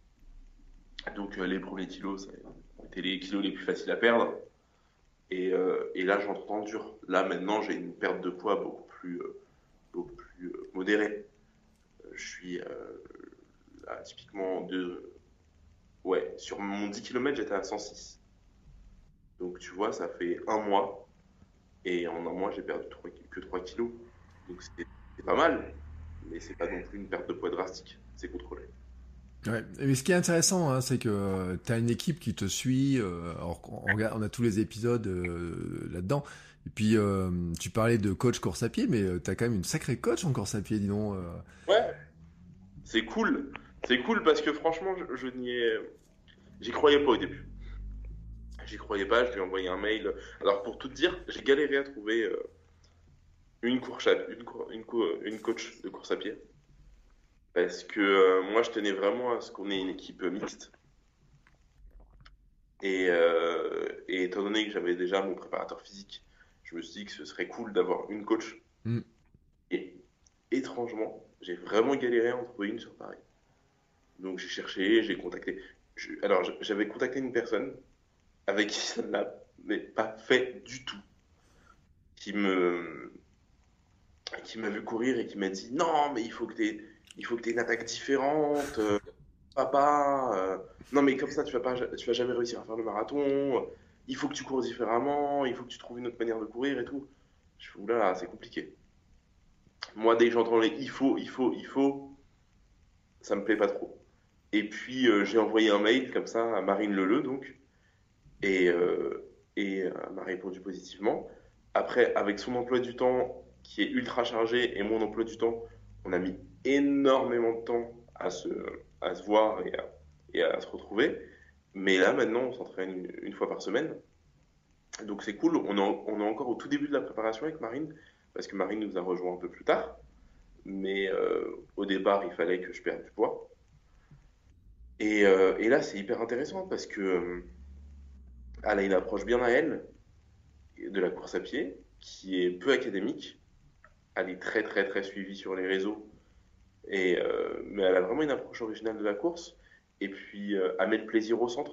Donc euh, les premiers kilos, ça a été les kilos les plus faciles à perdre. Et, euh, et là, j'entends dur. Là, maintenant, j'ai une perte de poids beaucoup plus, euh, beaucoup plus euh, modérée. Je suis euh, là, typiquement de... Ouais, sur mon dix kilomètres, j'étais à cent six. Donc tu vois, ça fait un mois. Et en un mois, j'ai perdu trois que trois kilos. Donc c'est c'est pas mal, mais c'est pas non plus une perte de poids drastique. C'est contrôlé. Ouais. Mais ce qui est intéressant, hein, c'est que tu as une équipe qui te suit. Euh, alors, on, regarde- on a tous les épisodes euh, là-dedans. Et puis, euh, tu parlais de coach course à pied, mais tu as quand même une sacrée coach en course à pied, dis donc. euh. Ouais, c'est cool. C'est cool parce que franchement, je, je n'y ai... j'y croyais pas au début. J'y croyais pas, je lui ai envoyé un mail. Alors pour tout te dire, j'ai galéré à trouver euh, une, course à- une, cour- une, co- une coach de course à pied. Parce que euh, moi, je tenais vraiment à ce qu'on ait une équipe mixte. Et, euh, et étant donné que j'avais déjà mon préparateur physique, je me suis dit que ce serait cool d'avoir une coach. Mm. Et étrangement, j'ai vraiment galéré à en trouver une sur Paris. Donc j'ai cherché, j'ai contacté. je- alors je- j'avais contacté une personne avec qui ça ne l'a mais pas fait du tout, qui me, qui m'a vu courir et qui m'a dit non mais il faut que tu il faut que tu une attaque différente, euh, papa. euh, non mais comme ça tu vas pas, tu vas jamais réussir à faire le marathon. Il faut que tu cours différemment, il faut que tu trouves une autre manière de courir et tout. Je fais oulala, c'est compliqué. Moi dès que j'entends les il faut, il faut, il faut, ça me plaît pas trop. Et puis euh, j'ai envoyé un mail comme ça à Marine Leleu donc et, euh, et euh, elle m'a répondu positivement. Après, avec son emploi du temps qui est ultra chargé et mon emploi du temps, on a mis énormément de temps à se, à se voir et à, et à se retrouver. Mais là, maintenant, on s'entraîne une, une fois par semaine. Donc c'est cool. On est, en- on est encore au tout début de la préparation avec Marine, parce que Marine nous a rejoint un peu plus tard. Mais euh, au départ, il fallait que je perde du poids. Et, euh, et là, c'est hyper intéressant parce que euh, elle a une approche bien à elle de la course à pied, qui est peu académique. Elle est très très très suivie sur les réseaux, et, euh, mais elle a vraiment une approche originale de la course. Et puis euh, elle met le plaisir au centre.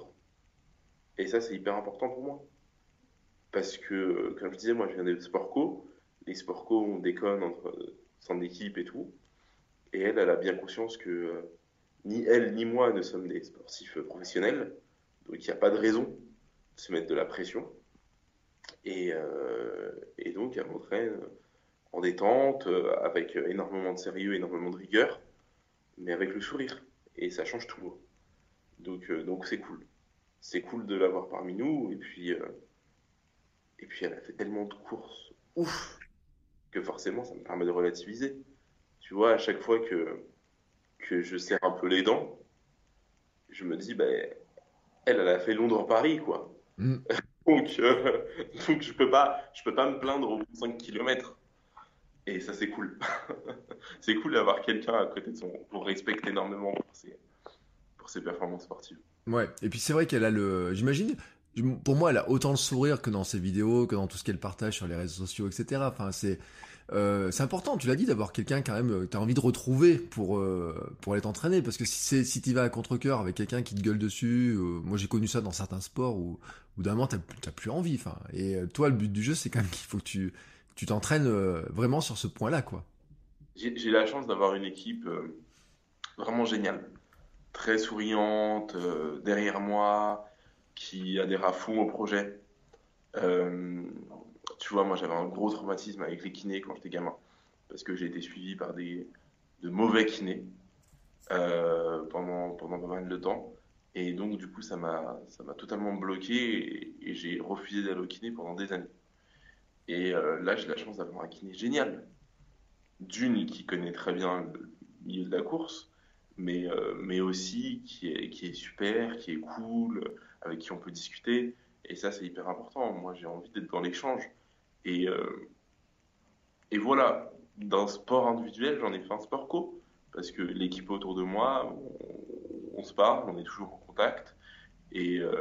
Et ça, c'est hyper important pour moi. Parce que, euh, comme je disais, moi je viens des sport co. Les sport co, on déconne entre euh, centres d'équipe et tout. Et elle, elle a bien conscience que euh, ni elle ni moi ne sommes des sportifs euh, professionnels. Donc il n'y a pas de raison de se mettre de la pression. Et, euh, et donc elle m'entraîne en détente, euh, avec énormément de sérieux, énormément de rigueur, mais avec le sourire. Et ça change tout. Donc euh, donc c'est cool. C'est cool de l'avoir parmi nous. Et puis, euh, et puis elle a fait tellement de courses, ouf, que forcément ça me permet de relativiser. Tu vois, à chaque fois que, que je serre un peu les dents, je me dis, ben, elle, elle a fait Londres-Paris, quoi. Mm. Donc, euh, donc je peux pas, je peux pas me plaindre au bout de cinq kilomètres. Et ça, c'est cool. C'est cool d'avoir quelqu'un à côté de son qu'on respecte énormément pour ses, pour ses performances sportives. Ouais, et puis c'est vrai qu'elle a le. J'imagine, pour moi, elle a autant le sourire que dans ses vidéos, que dans tout ce qu'elle partage sur les réseaux sociaux, et cetera. Enfin, c'est euh, c'est important, tu l'as dit, d'avoir quelqu'un quand même que tu as envie de retrouver pour, euh, pour aller t'entraîner. Parce que si, c'est- si tu vas à contre-cœur avec quelqu'un qui te gueule dessus, euh, moi j'ai connu ça dans certains sports où, où d'un moment t'as t'as plus envie. Enfin, et euh, toi, le but du jeu, c'est quand même qu'il faut que tu tu t'entraînes euh, vraiment sur ce point-là, quoi. J'ai j'ai la chance d'avoir une équipe euh, vraiment géniale, très souriante, euh, derrière moi, qui adhère à fond au projet. Euh, Tu vois, moi j'avais un gros traumatisme avec les kinés quand j'étais gamin, parce que j'ai été suivi par des de mauvais kinés euh, pendant, pendant pas mal de temps. Et donc, du coup, ça m'a, ça m'a totalement bloqué et, et j'ai refusé d'aller au kiné pendant des années. Et euh, là, j'ai la chance d'avoir un kiné génial. D'une, qui connaît très bien le milieu de la course, mais, euh, mais aussi qui est, qui est super, qui est cool, avec qui on peut discuter. Et ça, c'est hyper important. Moi, j'ai envie d'être dans l'échange. Et, euh, et voilà, d'un sport individuel, j'en ai fait un sport co. Parce que l'équipe autour de moi, on, on se parle, on est toujours en contact. Et, euh,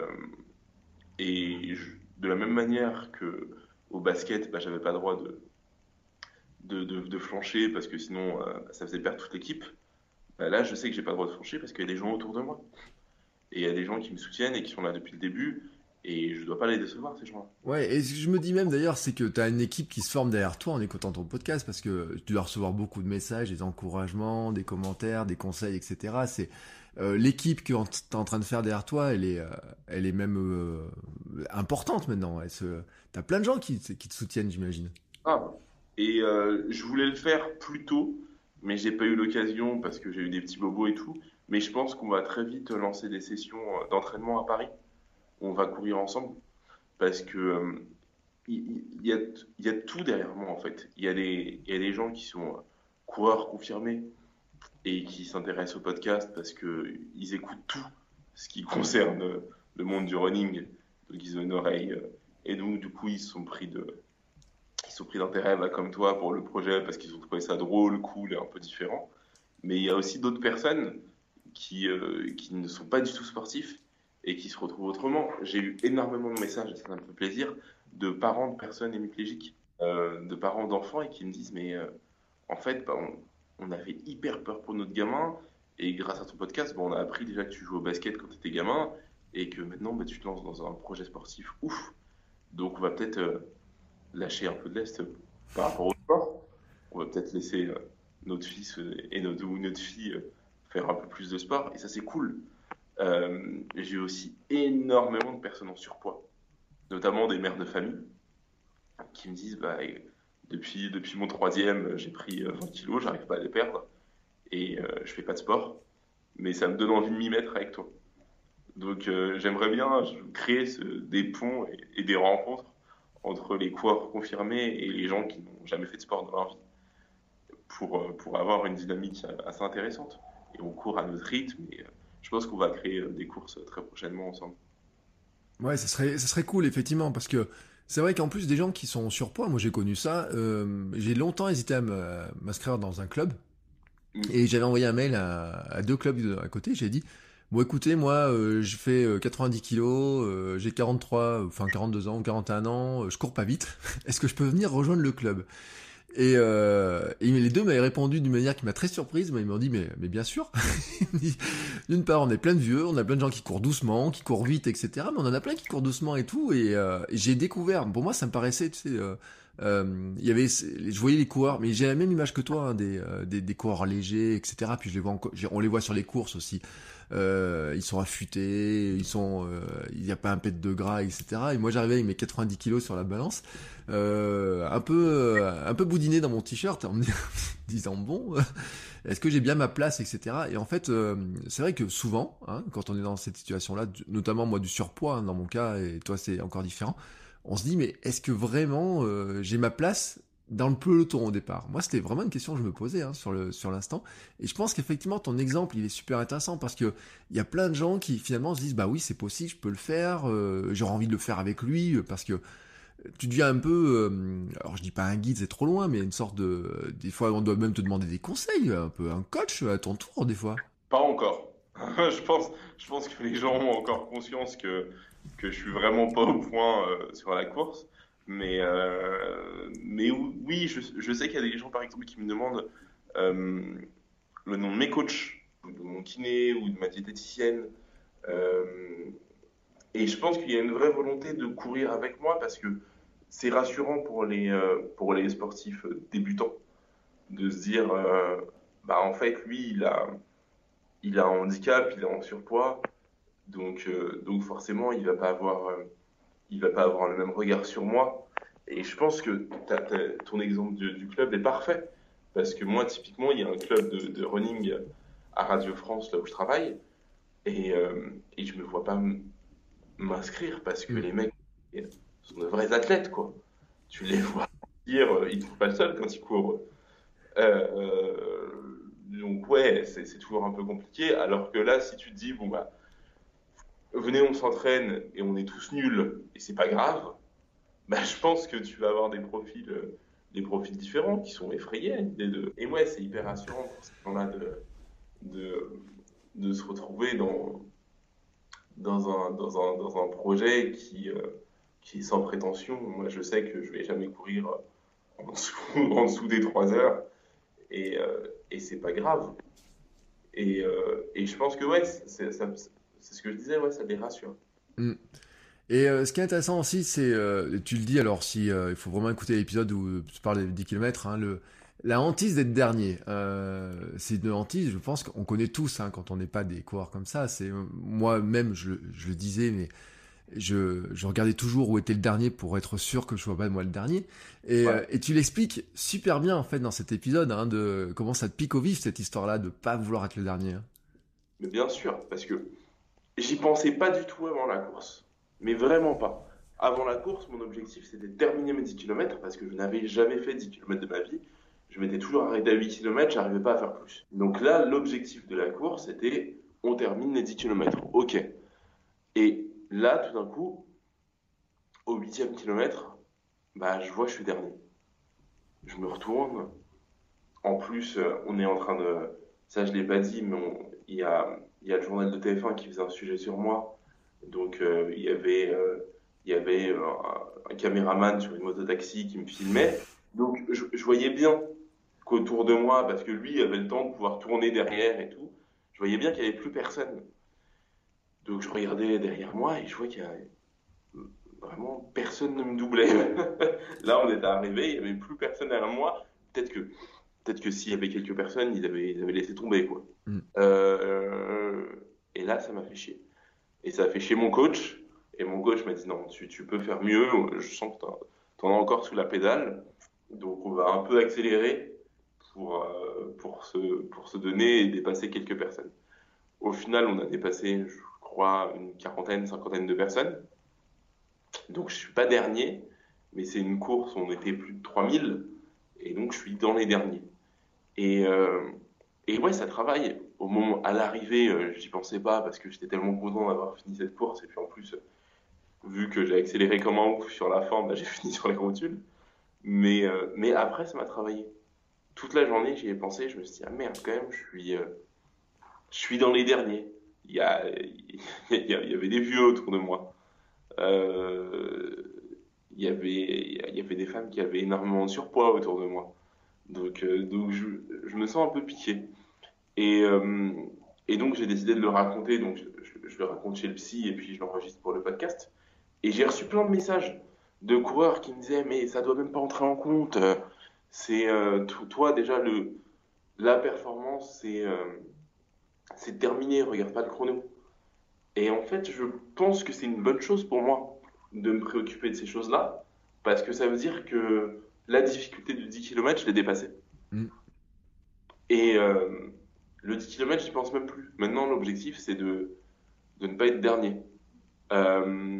et je- de la même manière que au basket, bah, j'avais pas le droit de, de, de, de flancher parce que sinon euh, ça faisait perdre toute l'équipe. Bah, là, je sais que j'ai pas le droit de flancher parce qu'il y a des gens autour de moi. Et il y a des gens qui me soutiennent et qui sont là depuis le début. Et je dois pas les décevoir, ces gens-là. Ouais, et ce que je me dis même d'ailleurs, c'est que tu as une équipe qui se forme derrière toi en écoutant ton podcast, parce que tu dois recevoir beaucoup de messages, des encouragements, des commentaires, des conseils, et cetera. C'est euh, l'équipe que tu es en train de faire derrière toi, elle est, euh, elle est même euh, importante maintenant. Elle se... T'as plein de gens qui, qui te soutiennent, j'imagine. Ah, et euh, je voulais le faire plus tôt, mais j'ai pas eu l'occasion parce que j'ai eu des petits bobos et tout. Mais je pense qu'on va très vite lancer des sessions euh, d'entraînement à Paris. On va courir ensemble parce que euh, il il y, a, il y a tout derrière moi en fait. Il y a des, il y a des gens qui sont euh, coureurs confirmés et qui s'intéressent au podcast parce que ils écoutent tout ce qui concerne euh, le monde du running. Donc ils ont une oreille euh, et donc du coup ils se sont pris de ils sont pris d'intérêt bah, comme toi pour le projet parce qu'ils ont trouvé ça drôle, cool et un peu différent. Mais il y a aussi d'autres personnes qui, euh, qui ne sont pas du tout sportifs et qui se retrouvent autrement. J'ai eu énormément de messages, et ça me fait plaisir, de parents de personnes hémiplégiques, euh, de parents d'enfants et qui me disent mais euh, en fait bah, on, on avait hyper peur pour notre gamin et grâce à ton podcast bah, on a appris déjà que tu jouais au basket quand tu étais gamin et que maintenant bah, tu te lances dans un projet sportif ouf. Donc on va peut-être euh, lâcher un peu de lest par rapport au sport. On va peut-être laisser euh, notre fils euh, et notre, ou notre fille euh, faire un peu plus de sport. Et ça, c'est cool. Euh, j'ai aussi énormément de personnes en surpoids, notamment des mères de famille, qui me disent bah, depuis, depuis mon troisième, j'ai pris vingt kilos, j'arrive pas à les perdre. Et euh, je fais pas de sport. Mais ça me donne envie de m'y mettre avec toi. Donc euh, j'aimerais bien créer ce, des ponts et, et des rencontres entre les coureurs confirmés et les gens qui n'ont jamais fait de sport dans leur vie pour, pour avoir une dynamique assez intéressante. Et on court à notre rythme et je pense qu'on va créer des courses très prochainement ensemble. Ouais, ça serait, ça serait cool, effectivement, parce que c'est vrai qu'en plus des gens qui sont en surpoids, moi j'ai connu ça, euh, j'ai longtemps hésité à me- m'inscrire dans un club, Mmh. et j'avais envoyé un mail à, à deux clubs de- à côté, j'ai dit, bon écoutez, moi euh, je fais euh, quatre-vingt-dix kilos, euh, j'ai quarante-trois, enfin quarante-deux ans ou quarante et un ans, euh, je cours pas vite, est-ce que je peux venir rejoindre le club? Et, euh, et les deux m'avaient répondu d'une manière qui m'a très surprise. Ils m'ont dit mais, mais bien sûr. D'une part, on est plein de vieux, on a plein de gens qui courent doucement, qui courent vite, et cetera. Mais on en a plein qui courent doucement et tout. Et, euh, et j'ai découvert. Pour moi, ça me paraissait, tu sais, euh, euh, il y avait, je voyais les coureurs, mais j'ai la même image que toi, hein, des, euh, des, des coureurs légers, et cetera. Puis je les vois, encore, on les voit sur les courses aussi. Euh, ils sont affûtés, ils sont, euh, il n'y a pas un pet de gras, et cetera. Et moi, j'arrivais avec mes quatre-vingt-dix kilos sur la balance. Euh, un peu euh, un peu boudiné dans mon t-shirt en me disant bon euh, est-ce que j'ai bien ma place, etc. Et en fait euh, c'est vrai que souvent hein, quand on est dans cette situation là, notamment moi du surpoids hein, dans mon cas et toi c'est encore différent, on se dit mais est-ce que vraiment euh, j'ai ma place dans le peloton au départ? Moi c'était vraiment une question que je me posais hein, sur le sur l'instant, et je pense qu'effectivement ton exemple il est super intéressant parce que il y a plein de gens qui finalement se disent bah oui c'est possible, je peux le faire, euh, j'aurais envie de le faire avec lui parce que tu deviens un peu, euh, alors je dis pas un guide, c'est trop loin, mais une sorte de, des fois on doit même te demander des conseils, un peu un coach à ton tour des fois. Pas encore. je pense, je pense que les gens ont encore conscience que, que je suis vraiment pas au point euh, sur la course. Mais, euh, mais oui, je, je sais qu'il y a des gens par exemple qui me demandent euh, le nom de mes coachs, de mon kiné ou de ma diététicienne. Euh, Et je pense qu'il y a une vraie volonté de courir avec moi parce que c'est rassurant pour les, euh, pour les sportifs débutants de se dire, euh, bah en fait, lui, il a, il a un handicap, il est en surpoids, donc, euh, donc forcément, il va pas avoir, euh, il va pas avoir le même regard sur moi. Et je pense que t'as- t'as- ton exemple du, du club est parfait parce que moi, typiquement, il y a un club de, de running à Radio France, là où je travaille, et, euh, et je me vois pas m- m'inscrire parce que Mm. les mecs sont de vrais athlètes, quoi. Tu les vois dire, euh, ils ne trouvent pas le seul quand ils courent. Euh, euh, donc ouais, c'est c'est toujours un peu compliqué. Alors que là, si tu te dis, bon bah, venez, on s'entraîne et on est tous nuls et c'est pas grave, bah je pense que tu vas avoir des profils, euh, des profils différents qui sont effrayés à l'idée de. Et ouais, c'est hyper rassurant pour ces gens-là de, de, de se retrouver dans dans un, dans un, dans un projet qui, euh, qui est sans prétention. Moi, je sais que je vais jamais courir en dessous, en dessous des trois heures et, euh, et c'est pas grave. Et, euh, et je pense que, ouais, c'est, ça- c'est ce que je disais, ouais, ça les rassure. Mm. Et euh, ce qui est intéressant aussi, c'est, euh, tu le dis, alors si euh, il faut vraiment écouter l'épisode où tu parles des dix kilomètres, hein, le, la hantise d'être dernier. Euh, c'est une hantise, je pense qu'on connaît tous, hein, quand on n'est pas des coureurs comme ça. C'est moi-même, je, je le disais, mais je, je regardais toujours où était le dernier pour être sûr que je sois pas moi le dernier. Et, Ouais. euh, et tu l'expliques super bien en fait dans cet épisode, hein, de comment ça te pique au vif cette histoire-là de pas vouloir être le dernier. Hein. Mais bien sûr, parce que j'y pensais pas du tout avant la course. Mais vraiment pas. Avant la course, mon objectif c'était de terminer mes dix kilomètres parce que je n'avais jamais fait dix kilomètres de ma vie. Je m'étais toujours arrêté à huit kilomètres, j'arrivais pas à faire plus. Donc là, l'objectif de la course c'était on termine les dix kilomètres. Ok. Et là, tout d'un coup, au huitième kilomètre, bah, je vois que je suis dernier. Je me retourne. En plus, euh, on est en train de... Ça, je l'ai pas dit, mais on- il y a, il y a le journal de T F un qui faisait un sujet sur moi. Donc, euh, il y avait, euh, il y avait euh, un, un caméraman sur une moto-taxi qui me filmait. Donc, je, je voyais bien qu'autour de moi, parce que lui avait le temps de pouvoir tourner derrière et tout, je voyais bien qu'il n'y avait plus personne. Donc, je regardais derrière moi et je vois qu'il y a vraiment personne ne me doublait. Là, on était arrivé, il n'y avait plus personne derrière moi. Peut-être que, peut-être que s'il y avait quelques personnes, ils avaient, ils avaient laissé tomber, quoi. Mm. Euh, et là, ça m'a fait chier. Et ça a fait chier mon coach. Et mon coach m'a dit non, tu, tu peux faire mieux. Je sens que t'en, t'en as encore sous la pédale. Donc, on va un peu accélérer pour, euh, pour, se, pour se donner et dépasser quelques personnes. Au final, on a dépassé, je crois, une quarantaine, cinquantaine de personnes. Donc, je suis pas dernier, mais c'est une course où on était plus de trois mille, et donc je suis dans les derniers. Et, euh, et ouais, ça travaille. Au moment, à l'arrivée, euh, j'y pensais pas parce que j'étais tellement content d'avoir fini cette course, et puis en plus, euh, vu que j'ai accéléré comme un ouf sur la fin, bah, j'ai fini sur les rotules. Mais, euh, mais après, ça m'a travaillé. Toute la journée, j'y ai pensé, je me suis dit, ah merde, quand même, je suis, euh, je suis dans les derniers. Il y a, il y a- il y avait des vieux autour de moi. Euh, il y avait, il y avait des femmes qui avaient énormément de surpoids autour de moi. Donc, euh, donc je, je me sens un peu piqué. Et, euh, et donc, j'ai décidé de le raconter. Donc, je, je- je le raconte chez le psy et puis je l'enregistre pour le podcast. Et j'ai reçu plein de messages de coureurs qui me disaient, mais ça doit même pas entrer en compte. Euh, C'est euh, to- toi déjà le la performance, c'est euh, c'est terminé. Regarde pas le chrono. Et en fait, je pense que c'est une bonne chose pour moi de me préoccuper de ces choses-là, parce que ça veut dire que la difficulté de dix kilomètres, je l'ai dépassée. Mm. Et euh, le dix kilomètres, j'y pense même plus. Maintenant, l'objectif, c'est de, de ne pas être dernier. Euh,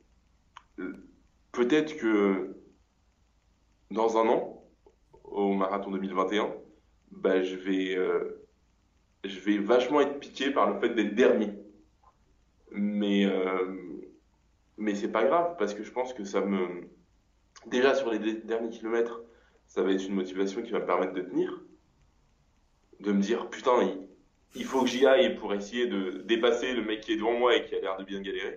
Peut-être que dans un an, au marathon deux mille vingt et un, bah, je vais, euh, je vais vachement être piqué par le fait d'être dernier. Mais, euh, mais c'est pas grave, parce que je pense que ça me... Déjà, sur les dé- derniers kilomètres, ça va être une motivation qui va me permettre de tenir, de me dire, putain, il, il faut que j'y aille pour essayer de dépasser le mec qui est devant moi et qui a l'air de bien galérer.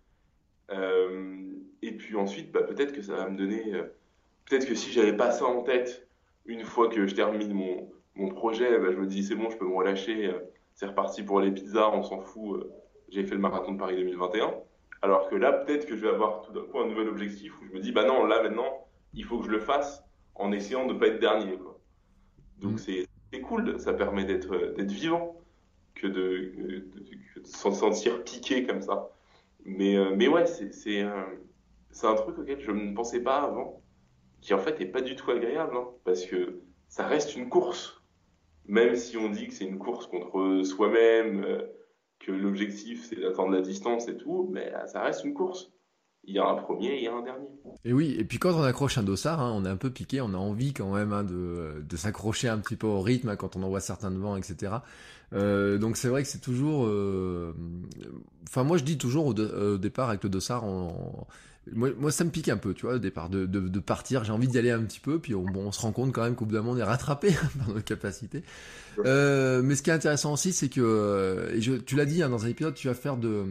Euh, et puis ensuite, bah, peut-être que ça va me donner... euh, peut-être que si j'avais pas ça en tête, une fois que je termine mon, mon projet, bah, je me dis, c'est bon, je peux me relâcher, euh, c'est reparti pour les pizzas, on s'en fout, euh, j'ai fait le marathon de Paris deux mille vingt et un. Alors que là, peut-être que je vais avoir tout d'un coup un nouvel objectif où je me dis, bah non, là maintenant, il faut que je le fasse en essayant de pas être dernier, quoi. Donc Mm. c'est c'est cool, ça permet d'être euh, d'être vivant que de, de, de- que de s'en sentir piqué comme ça. Mais, euh, mais ouais, c'est c'est un, c'est un truc auquel je ne pensais pas avant, qui en fait est pas du tout agréable, hein, parce que ça reste une course. Même si on dit que c'est une course contre soi-même, euh, que l'objectif c'est d'atteindre la distance et tout, mais euh, ça reste une course. Il y a un premier et il y a un dernier. Et oui, et puis quand on accroche un dossard, hein, on est un peu piqué, on a envie quand même, hein, de, de s'accrocher un petit peu au rythme, hein, quand on en voit certains devant, et cetera. Euh, donc c'est vrai que c'est toujours... euh, Enfin moi je dis toujours au, de- au départ avec le dossard, on- moi, moi ça me pique un peu, tu vois, au départ, de, de, de partir, j'ai envie d'y aller un petit peu, puis on, bon, on se rend compte quand même qu'au bout d'un moment on est rattrapé par notre capacité. Euh, mais ce qui est intéressant aussi, c'est que, euh, et je, tu l'as dit, hein, dans un épisode, tu vas faire de...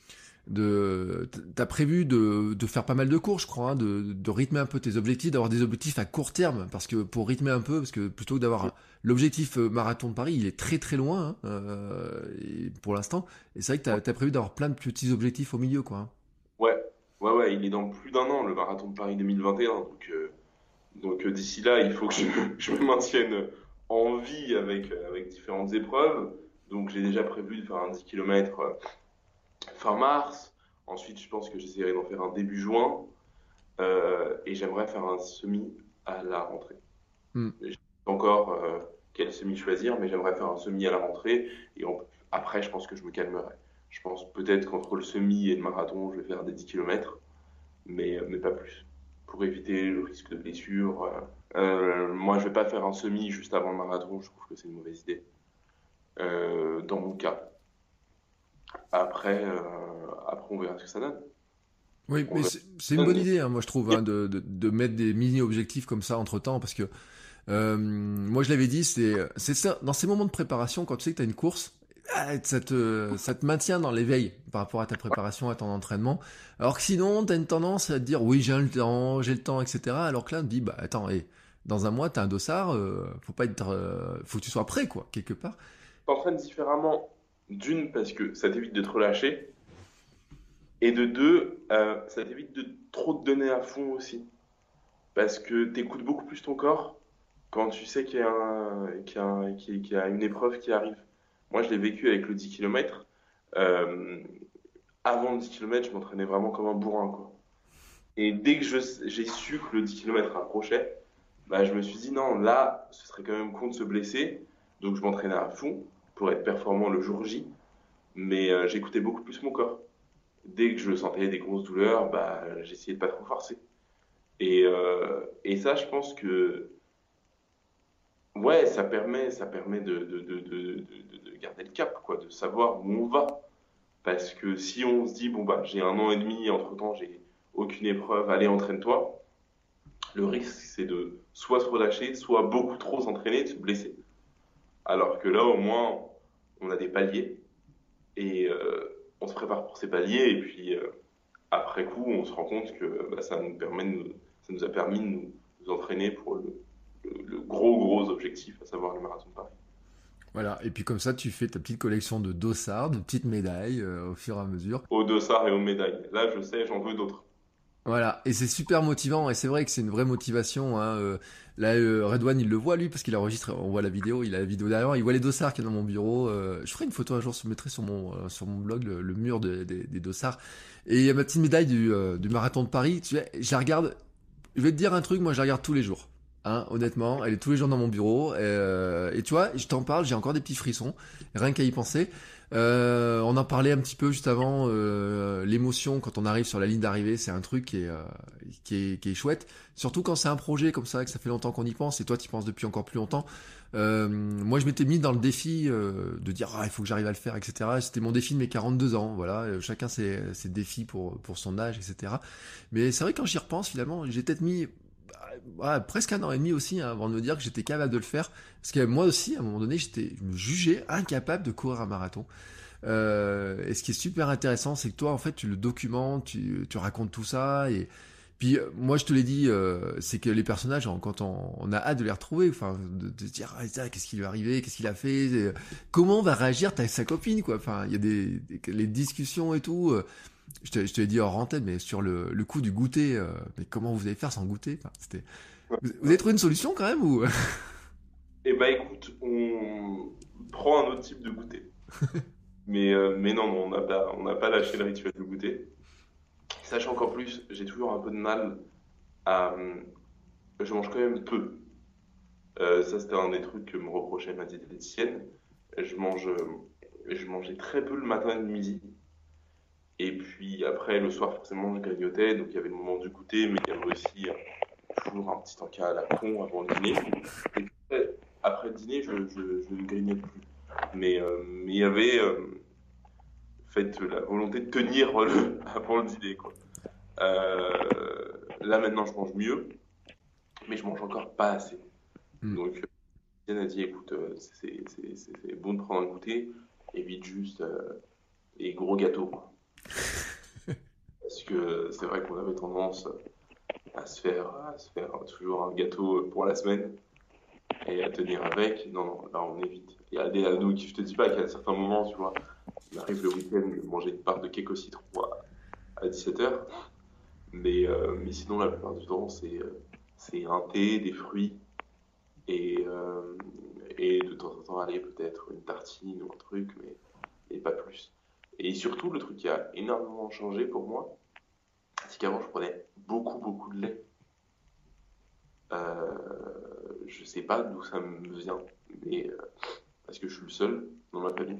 de t'as prévu de, de faire pas mal de cours, je crois, hein, de, de rythmer un peu tes objectifs, d'avoir des objectifs à court terme, parce que pour rythmer un peu, parce que plutôt que d'avoir l'objectif euh, marathon de Paris, il est très très loin, hein, euh, et pour l'instant, et c'est vrai que t'as, t'as prévu d'avoir plein de petits objectifs au milieu, quoi. Hein. Ouais, ouais, il est dans plus d'un an, le marathon de Paris deux mille vingt et un. Donc, euh, donc euh, d'ici là, il faut que je, je me maintienne en vie avec, avec différentes épreuves. Donc j'ai déjà prévu de faire un dix kilomètres euh, fin mars. Ensuite, je pense que j'essaierai d'en faire un début juin. Euh, et j'aimerais faire un semi à la rentrée. Mm. Je ne sais pas encore euh, quel semi choisir, mais j'aimerais faire un semi à la rentrée. Et on, après, je pense que je me calmerai. Je pense peut-être qu'entre le semi et le marathon, je vais faire des dix kilomètres, mais, mais pas plus. Pour éviter le risque de blessure. Euh, moi, je ne vais pas faire un semi juste avant le marathon. Je trouve que c'est une mauvaise idée. Euh, dans mon cas. Après, euh, après, on verra ce que ça donne. Oui, mais c'est, c'est une bonne idée, hein, moi je trouve, hein, de, de, de mettre des mini-objectifs comme ça entre-temps, parce que euh, moi je l'avais dit, c'est, c'est ça, dans ces moments de préparation, quand tu sais que tu as une course, ça te, ça te maintient dans l'éveil par rapport à ta préparation, à ton entraînement, alors que sinon tu as une tendance à te dire oui j'ai le temps, j'ai le temps, et cetera. Alors que là on te dit bah attends, hey, dans un mois tu as un dossard, euh, faut pas être, euh, faut que tu sois prêt quoi, quelque part. T'entraînes différemment, d'une parce que ça t'évite de te relâcher. Et de deux, euh, ça t'évite de trop te donner à fond aussi. Parce que t'écoutes beaucoup plus ton corps quand tu sais qu'il y a, un, qu'il y a, un, qu'il y a une épreuve qui arrive. Moi, je l'ai vécu avec le dix kilomètres. Euh, avant le dix kilomètres, je m'entraînais vraiment comme un bourrin, quoi. Et dès que je, j'ai su que le dix kilomètres approchait, bah, je me suis dit non, là, ce serait quand même con de se blesser. Donc, je m'entraînais à fond pour être performant le jour J. Mais euh, j'écoutais beaucoup plus mon corps. Dès que je sentais des grosses douleurs, bah, j'essayais de pas trop forcer. Et, euh, et ça, je pense que ouais, ça permet, ça permet de, de, de, de, de, de garder le cap, quoi, de savoir où on va. Parce que si on se dit, bon, bah, j'ai un an et demi, entre-temps, j'ai aucune épreuve, allez, entraîne-toi, le risque, c'est de soit se relâcher, soit beaucoup trop s'entraîner, de se blesser. Alors que là, au moins, on a des paliers. Et euh, on se prépare pour ces paliers et puis euh, après coup on se rend compte que bah, ça, nous permet de nous, ça nous a permis de nous, nous entraîner pour le, le, le gros gros objectif, à savoir le marathon de Paris. Voilà, et puis comme ça tu fais ta petite collection de dossards, de petites médailles euh, au fur et à mesure. Aux dossards et aux médailles. Là je sais, j'en veux d'autres. Voilà, et c'est super motivant, et c'est vrai que c'est une vraie motivation, hein. euh, Là, euh, Redouane, il le voit, lui, parce qu'il enregistre, on voit la vidéo, il a la vidéo derrière, il voit les dossards qu'il y a dans mon bureau, euh, je ferai une photo un jour, je mettrai sur mon, euh, sur mon blog, le, le mur de, de, des dossards, et il y a ma petite médaille du, euh, du marathon de Paris, tu sais, je la regarde, je vais te dire un truc, moi je la regarde tous les jours, hein, honnêtement, elle est tous les jours dans mon bureau, et, euh, et tu vois, je t'en parle, j'ai encore des petits frissons, rien qu'à y penser. Euh, on en parlait un petit peu juste avant, euh, l'émotion quand on arrive sur la ligne d'arrivée, c'est un truc qui est, euh, qui est, qui est chouette. Surtout quand c'est un projet comme ça, que ça fait longtemps qu'on y pense, et toi tu y penses depuis encore plus longtemps. Euh, moi je m'étais mis dans le défi euh, de dire ah il faut que j'arrive à le faire, et cetera. C'était mon défi de mes quarante-deux ans, voilà. Euh, chacun ses, ses défis pour pour son âge, et cetera. Mais c'est vrai que quand j'y repense finalement, j'ai peut-être mis ouais, presque un an et demi aussi hein, avant de me dire que j'étais capable de le faire, parce que moi aussi à un moment donné j'étais je me jugeais incapable de courir un marathon. Euh, et ce qui est super intéressant, c'est que toi en fait tu le documentes, tu, tu racontes tout ça, et puis moi je te l'ai dit, euh, c'est que les personnages quand on, on a hâte de les retrouver, enfin de, de se dire ah, ça, qu'est-ce qui lui est arrivé, qu'est-ce qu'il a fait, et, comment va réagir ta, sa copine quoi, enfin il y a des, des les discussions et tout. Euh, Je te, je te l'ai dit hors antenne, mais sur le, le coup du goûter, euh, mais comment vous allez faire sans goûter enfin, c'était... Vous, vous avez trouvé une solution quand même ou... Eh ben écoute, on prend un autre type de goûter. mais, euh, mais non, non on n'a pas, on n'a pas lâché le rituel du goûter. Sachant qu'en plus, j'ai toujours un peu de mal à... Je mange quand même peu. Euh, ça, c'était un des trucs que me reprochait ma diététicienne. Je, mange, je mangeais très peu le matin et le midi. Et puis après, le soir, forcément, je grignotais. Donc, il y avait le moment du goûter, mais il y avait aussi euh, toujours un petit encas à la con avant le dîner. Et puis, après, après le dîner, je, je, je ne grignote plus. Mais, euh, mais il y avait euh, fait, la volonté de tenir le, avant le dîner, quoi. Euh, là, maintenant, je mange mieux, mais je mange encore pas assez. Mm. Donc, Yann a dit, écoute, euh, c'est, c'est, c'est, c'est bon de prendre un goûter, évite juste euh, les gros gâteaux, quoi. Parce que c'est vrai qu'on avait tendance à se faire, à se faire toujours un gâteau pour la semaine et à tenir avec. Non, non, là on évite. Il y a des ados qui, je te dis pas qu'à certains moments, tu vois, il arrive le week-end de manger une part de cake au citron à, à dix-sept heures. Mais, euh, mais sinon, la plupart du temps, c'est, euh, c'est un thé, des fruits et, euh, et de temps en temps, aller peut-être une tartine ou un truc, mais, mais pas plus. Et surtout, le truc qui a énormément changé pour moi, c'est qu'avant, je prenais beaucoup, beaucoup de lait. Euh, je sais pas d'où ça me vient, mais euh, parce que je suis le seul dans ma famille.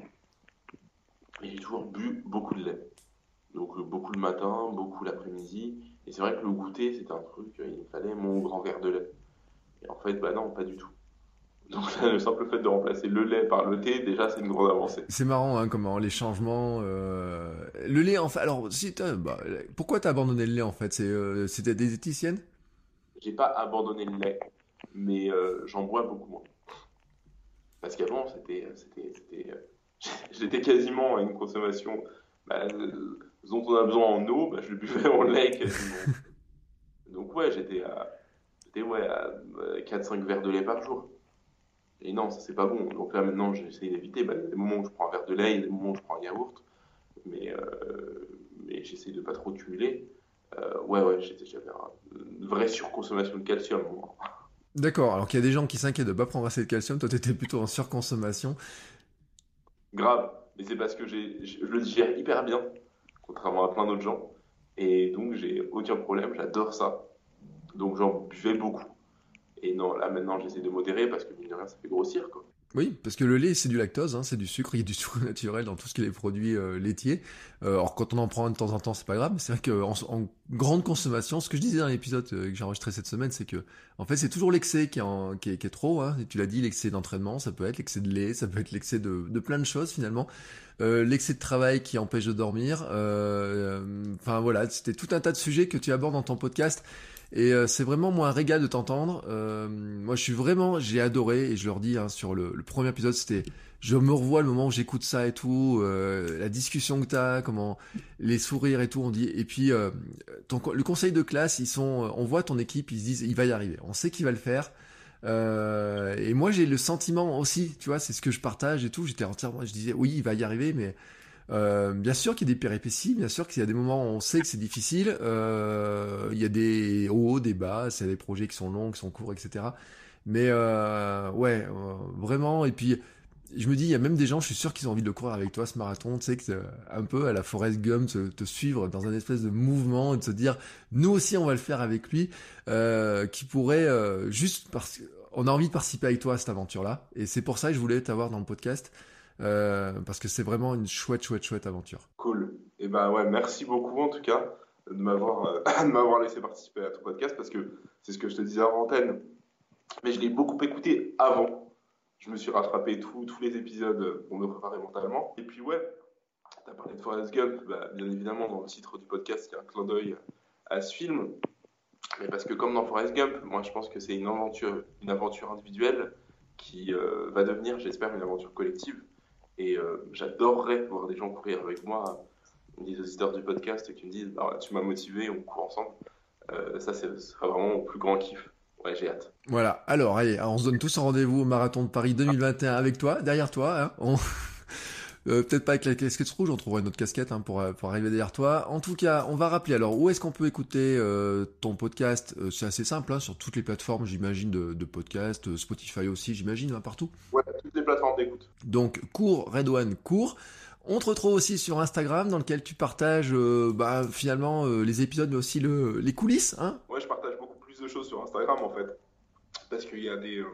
Et j'ai toujours bu beaucoup de lait. Donc euh, beaucoup le matin, beaucoup l'après-midi. Et c'est vrai que le goûter, c'était un truc, euh, il me fallait mon grand verre de lait. Et en fait, bah non, pas du tout. Donc là, le simple fait de remplacer le lait par le thé, déjà, c'est une grande avancée. C'est marrant, hein, comment les changements. Euh... Le lait, en fait. Alors, si t'as- bah, pourquoi t'as abandonné le lait en fait? C'est, euh, c'était des diététiciennes? J'ai pas abandonné le lait, mais euh, j'en bois beaucoup moins. Parce qu'avant, c'était, c'était, c'était, euh, j'étais quasiment à une consommation bah, euh, dont on a besoin en eau, bah, je le buvais en lait quasiment. Donc ouais, j'étais à, j'étais, ouais, à quatre cinq verres de lait par jour. Et non, ça c'est pas bon. Donc là maintenant, j'essaie d'éviter. Bah, il y a des moments où je prends un verre de lait, il y a des moments où je prends un yaourt. Mais, euh, mais j'essaie de pas trop cumuler. Euh, ouais, ouais, j'étais, j'avais un- une vraie surconsommation de calcium, moi. D'accord, alors qu'il y a des gens qui s'inquiètent de pas prendre assez de calcium, toi t'étais plutôt en surconsommation. Grave. Mais c'est parce que j'ai, je je le digère hyper bien, contrairement à plein d'autres gens. Et donc, j'ai aucun problème, j'adore ça. Donc, j'en buvais beaucoup. Et non, là, maintenant, j'essaie de modérer parce que, mine de rien, ça fait grossir, quoi. Oui, parce que le lait, c'est du lactose, hein, c'est du sucre, il y a du sucre naturel dans tout ce qui est les produits euh, laitiers. Euh, alors quand on en prend de temps en temps, c'est pas grave, mais c'est vrai qu'en en grande consommation, ce que je disais dans l'épisode euh, que j'ai enregistré cette semaine, c'est que en fait c'est toujours l'excès qui est, en- qui est, qui est trop. Hein. Et tu l'as dit, l'excès d'entraînement, ça peut être l'excès de lait, ça peut être l'excès de, de plein de choses finalement. Euh, l'excès de travail qui empêche de dormir. Enfin euh, euh, voilà, c'était tout un tas de sujets que tu abordes dans ton podcast. Et euh, c'est vraiment moi un régal de t'entendre. Euh, moi je suis vraiment, j'ai adoré et je leur dis hein, sur le, le premier épisode, c'était, je me revois le moment où j'écoute ça et tout, euh, la discussion que t'as, comment les sourires et tout, on dit. Et puis euh, ton, le conseil de classe, ils sont, on voit ton équipe, ils se disent, il va y arriver, on sait qu'il va le faire. Euh, et moi j'ai le sentiment aussi, tu vois, c'est ce que je partage et tout. J'étais entièrement, je disais oui, il va y arriver, mais euh, bien sûr qu'il y a des péripéties, bien sûr qu'il y a des moments où on sait que c'est difficile, euh, il y a des hauts, des bas, c'est des projets qui sont longs, qui sont courts, et cetera. Mais euh, ouais, euh, vraiment, et puis je me dis, il y a même des gens, je suis sûr qu'ils ont envie de le courir avec toi, ce marathon, tu sais, que, euh, un peu à la Forrest Gump, te, te suivre dans un espèce de mouvement et de se dire, nous aussi on va le faire avec lui, euh, qui pourrait euh, juste parce qu'on a envie de participer avec toi à cette aventure-là, et c'est pour ça que je voulais t'avoir dans le podcast. Euh, parce que c'est vraiment une chouette, chouette, chouette aventure. Cool. Et ben ouais, merci beaucoup en tout cas de m'avoir euh, de m'avoir laissé participer à ton podcast parce que c'est ce que je te disais en antenne. Mais je l'ai beaucoup écouté avant. Je me suis rattrapé tout- tous les épisodes pour me préparer mentalement. Et puis ouais, tu as parlé de Forrest Gump. Bah, bien évidemment, dans le titre du podcast, il y a un clin d'œil à ce film. Mais parce que comme dans Forrest Gump, moi je pense que c'est une aventure, une aventure individuelle qui euh, va devenir, j'espère, une aventure collective. Et euh, j'adorerais voir des gens courir avec moi, des auditeurs du podcast qui me disent bah, tu m'as motivé, on court ensemble. Euh, ça, c'est- ce sera vraiment mon plus grand kiff. Ouais, j'ai hâte. Voilà, alors allez, on se donne tous un rendez-vous au Marathon de Paris deux mille vingt et un avec toi, derrière toi. Hein. On... Euh, peut-être pas avec la casquette rouge, on trouvera une autre casquette hein, pour, euh, pour arriver derrière toi. En tout cas, on va rappeler alors où est-ce qu'on peut écouter euh, ton podcast. Euh, c'est assez simple, hein, sur toutes les plateformes, j'imagine, de, de podcast, euh, Spotify aussi, j'imagine, hein, partout. Ouais, toutes les plateformes d'écoute. Donc, cours, Red One, cours. On te retrouve aussi sur Instagram, dans lequel tu partages euh, bah, finalement euh, les épisodes, mais aussi le, les coulisses. Hein. Ouais, je partage beaucoup plus de choses sur Instagram en fait. Parce qu'il y a des, euh,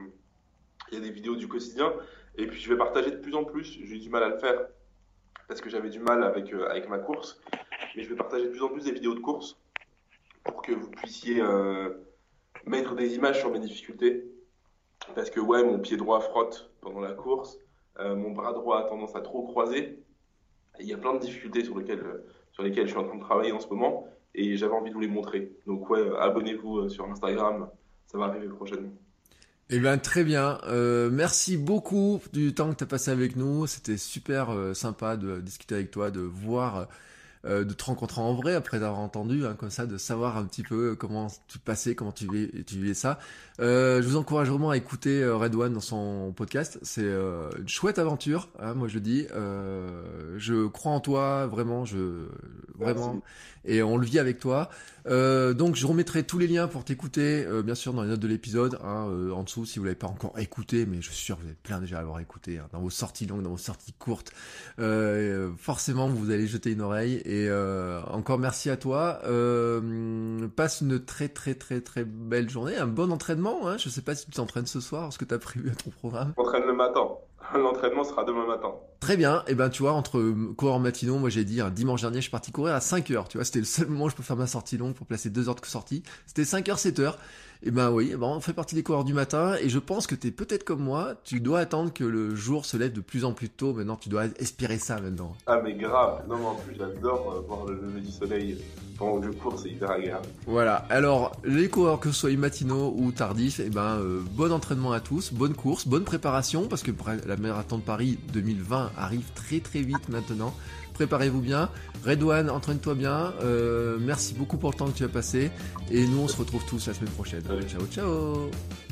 il y a des vidéos du quotidien. Et puis je vais partager de plus en plus. J'ai eu du mal à le faire parce que j'avais du mal avec, euh, avec ma course. Mais je vais partager de plus en plus des vidéos de course pour que vous puissiez euh, mettre des images sur mes difficultés. Parce que ouais, mon pied droit frotte pendant la course, euh, mon bras droit a tendance à trop croiser. Et il y a plein de difficultés sur lesquelles, euh, sur lesquelles je suis en train de travailler en ce moment. Et j'avais envie de vous les montrer. Donc ouais, euh, abonnez-vous euh, sur Instagram, ça va arriver prochainement. Eh bien, très bien. Euh, merci beaucoup du temps que tu as passé avec nous. C'était super euh, sympa de discuter avec toi, de voir, euh, de te rencontrer en vrai après d'avoir entendu, hein, comme ça, de savoir un petit peu comment tu passais, comment tu vivais, tu vivais ça. Euh, je vous encourage vraiment à écouter euh, Red One dans son podcast. C'est euh, une chouette aventure, hein, moi je le dis. Euh, je crois en toi, vraiment. Je, vraiment. Merci. Et on le vit avec toi. Euh, donc je remettrai tous les liens pour t'écouter, euh, bien sûr dans les notes de l'épisode, hein, euh, en dessous si vous l'avez pas encore écouté, mais je suis sûr que vous êtes plein déjà à l'avoir écouté, hein, dans vos sorties longues, dans vos sorties courtes. Euh, forcément vous allez jeter une oreille. Et euh, encore merci à toi. Euh, passe une très très très très belle journée, un bon entraînement. Hein. Je sais pas si tu t'entraînes ce soir, ce que tu as prévu à ton programme. On entraîne le matin. L'entraînement sera demain matin. Très bien, et ben tu vois, entre coureurs matinaux, moi j'ai dit, un dimanche dernier, je suis parti courir à cinq heures, tu vois, c'était le seul moment où je peux faire ma sortie longue pour placer deux heures de sortie, c'était cinq heures, sept heures, et ben oui, ben on fait partie des coureurs du matin, et je pense que t'es peut-être comme moi, tu dois attendre que le jour se lève de plus en plus tôt, maintenant tu dois espérer ça maintenant. Ah mais grave, non mais en plus j'adore euh, voir le lever du soleil pendant que je cours, c'est hyper agréable. Voilà, alors les coureurs que ce soit matinaux ou tardifs, et ben euh, bon entraînement à tous, bonne course, bonne préparation, parce que la marathon de Paris deux mille vingt arrive très très vite maintenant. Préparez-vous bien. Redouane, entraîne-toi bien. Euh, merci beaucoup pour le temps que tu as passé. Et nous, on se retrouve tous la semaine prochaine. Salut. Ciao, ciao.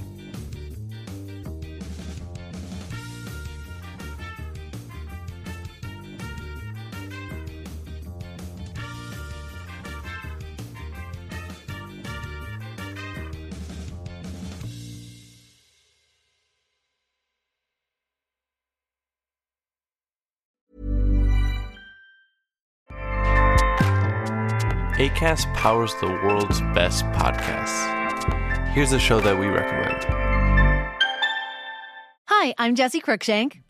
Acast powers the world's best podcasts. Here's a show that we recommend. Hi, I'm Jesse Cruikshank.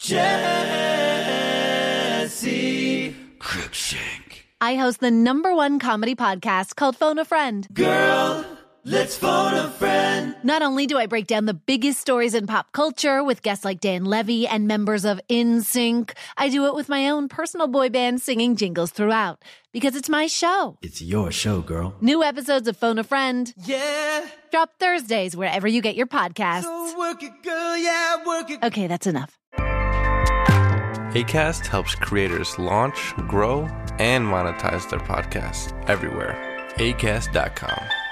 Jesse Cruikshank. I host the number one comedy podcast called Phone a Friend. Girl, let's phone a friend. Not only do I break down the biggest stories in pop culture with guests like Dan Levy and members of N Sync, I do it with my own personal boy band singing jingles throughout. Because it's my show. It's your show, girl. New episodes of Phone a Friend Yeah. drop Thursdays wherever you get your podcasts. So work it, girl, yeah, work it. Okay, that's enough. Acast helps creators launch, grow, and monetize their podcasts everywhere. Acast dot com.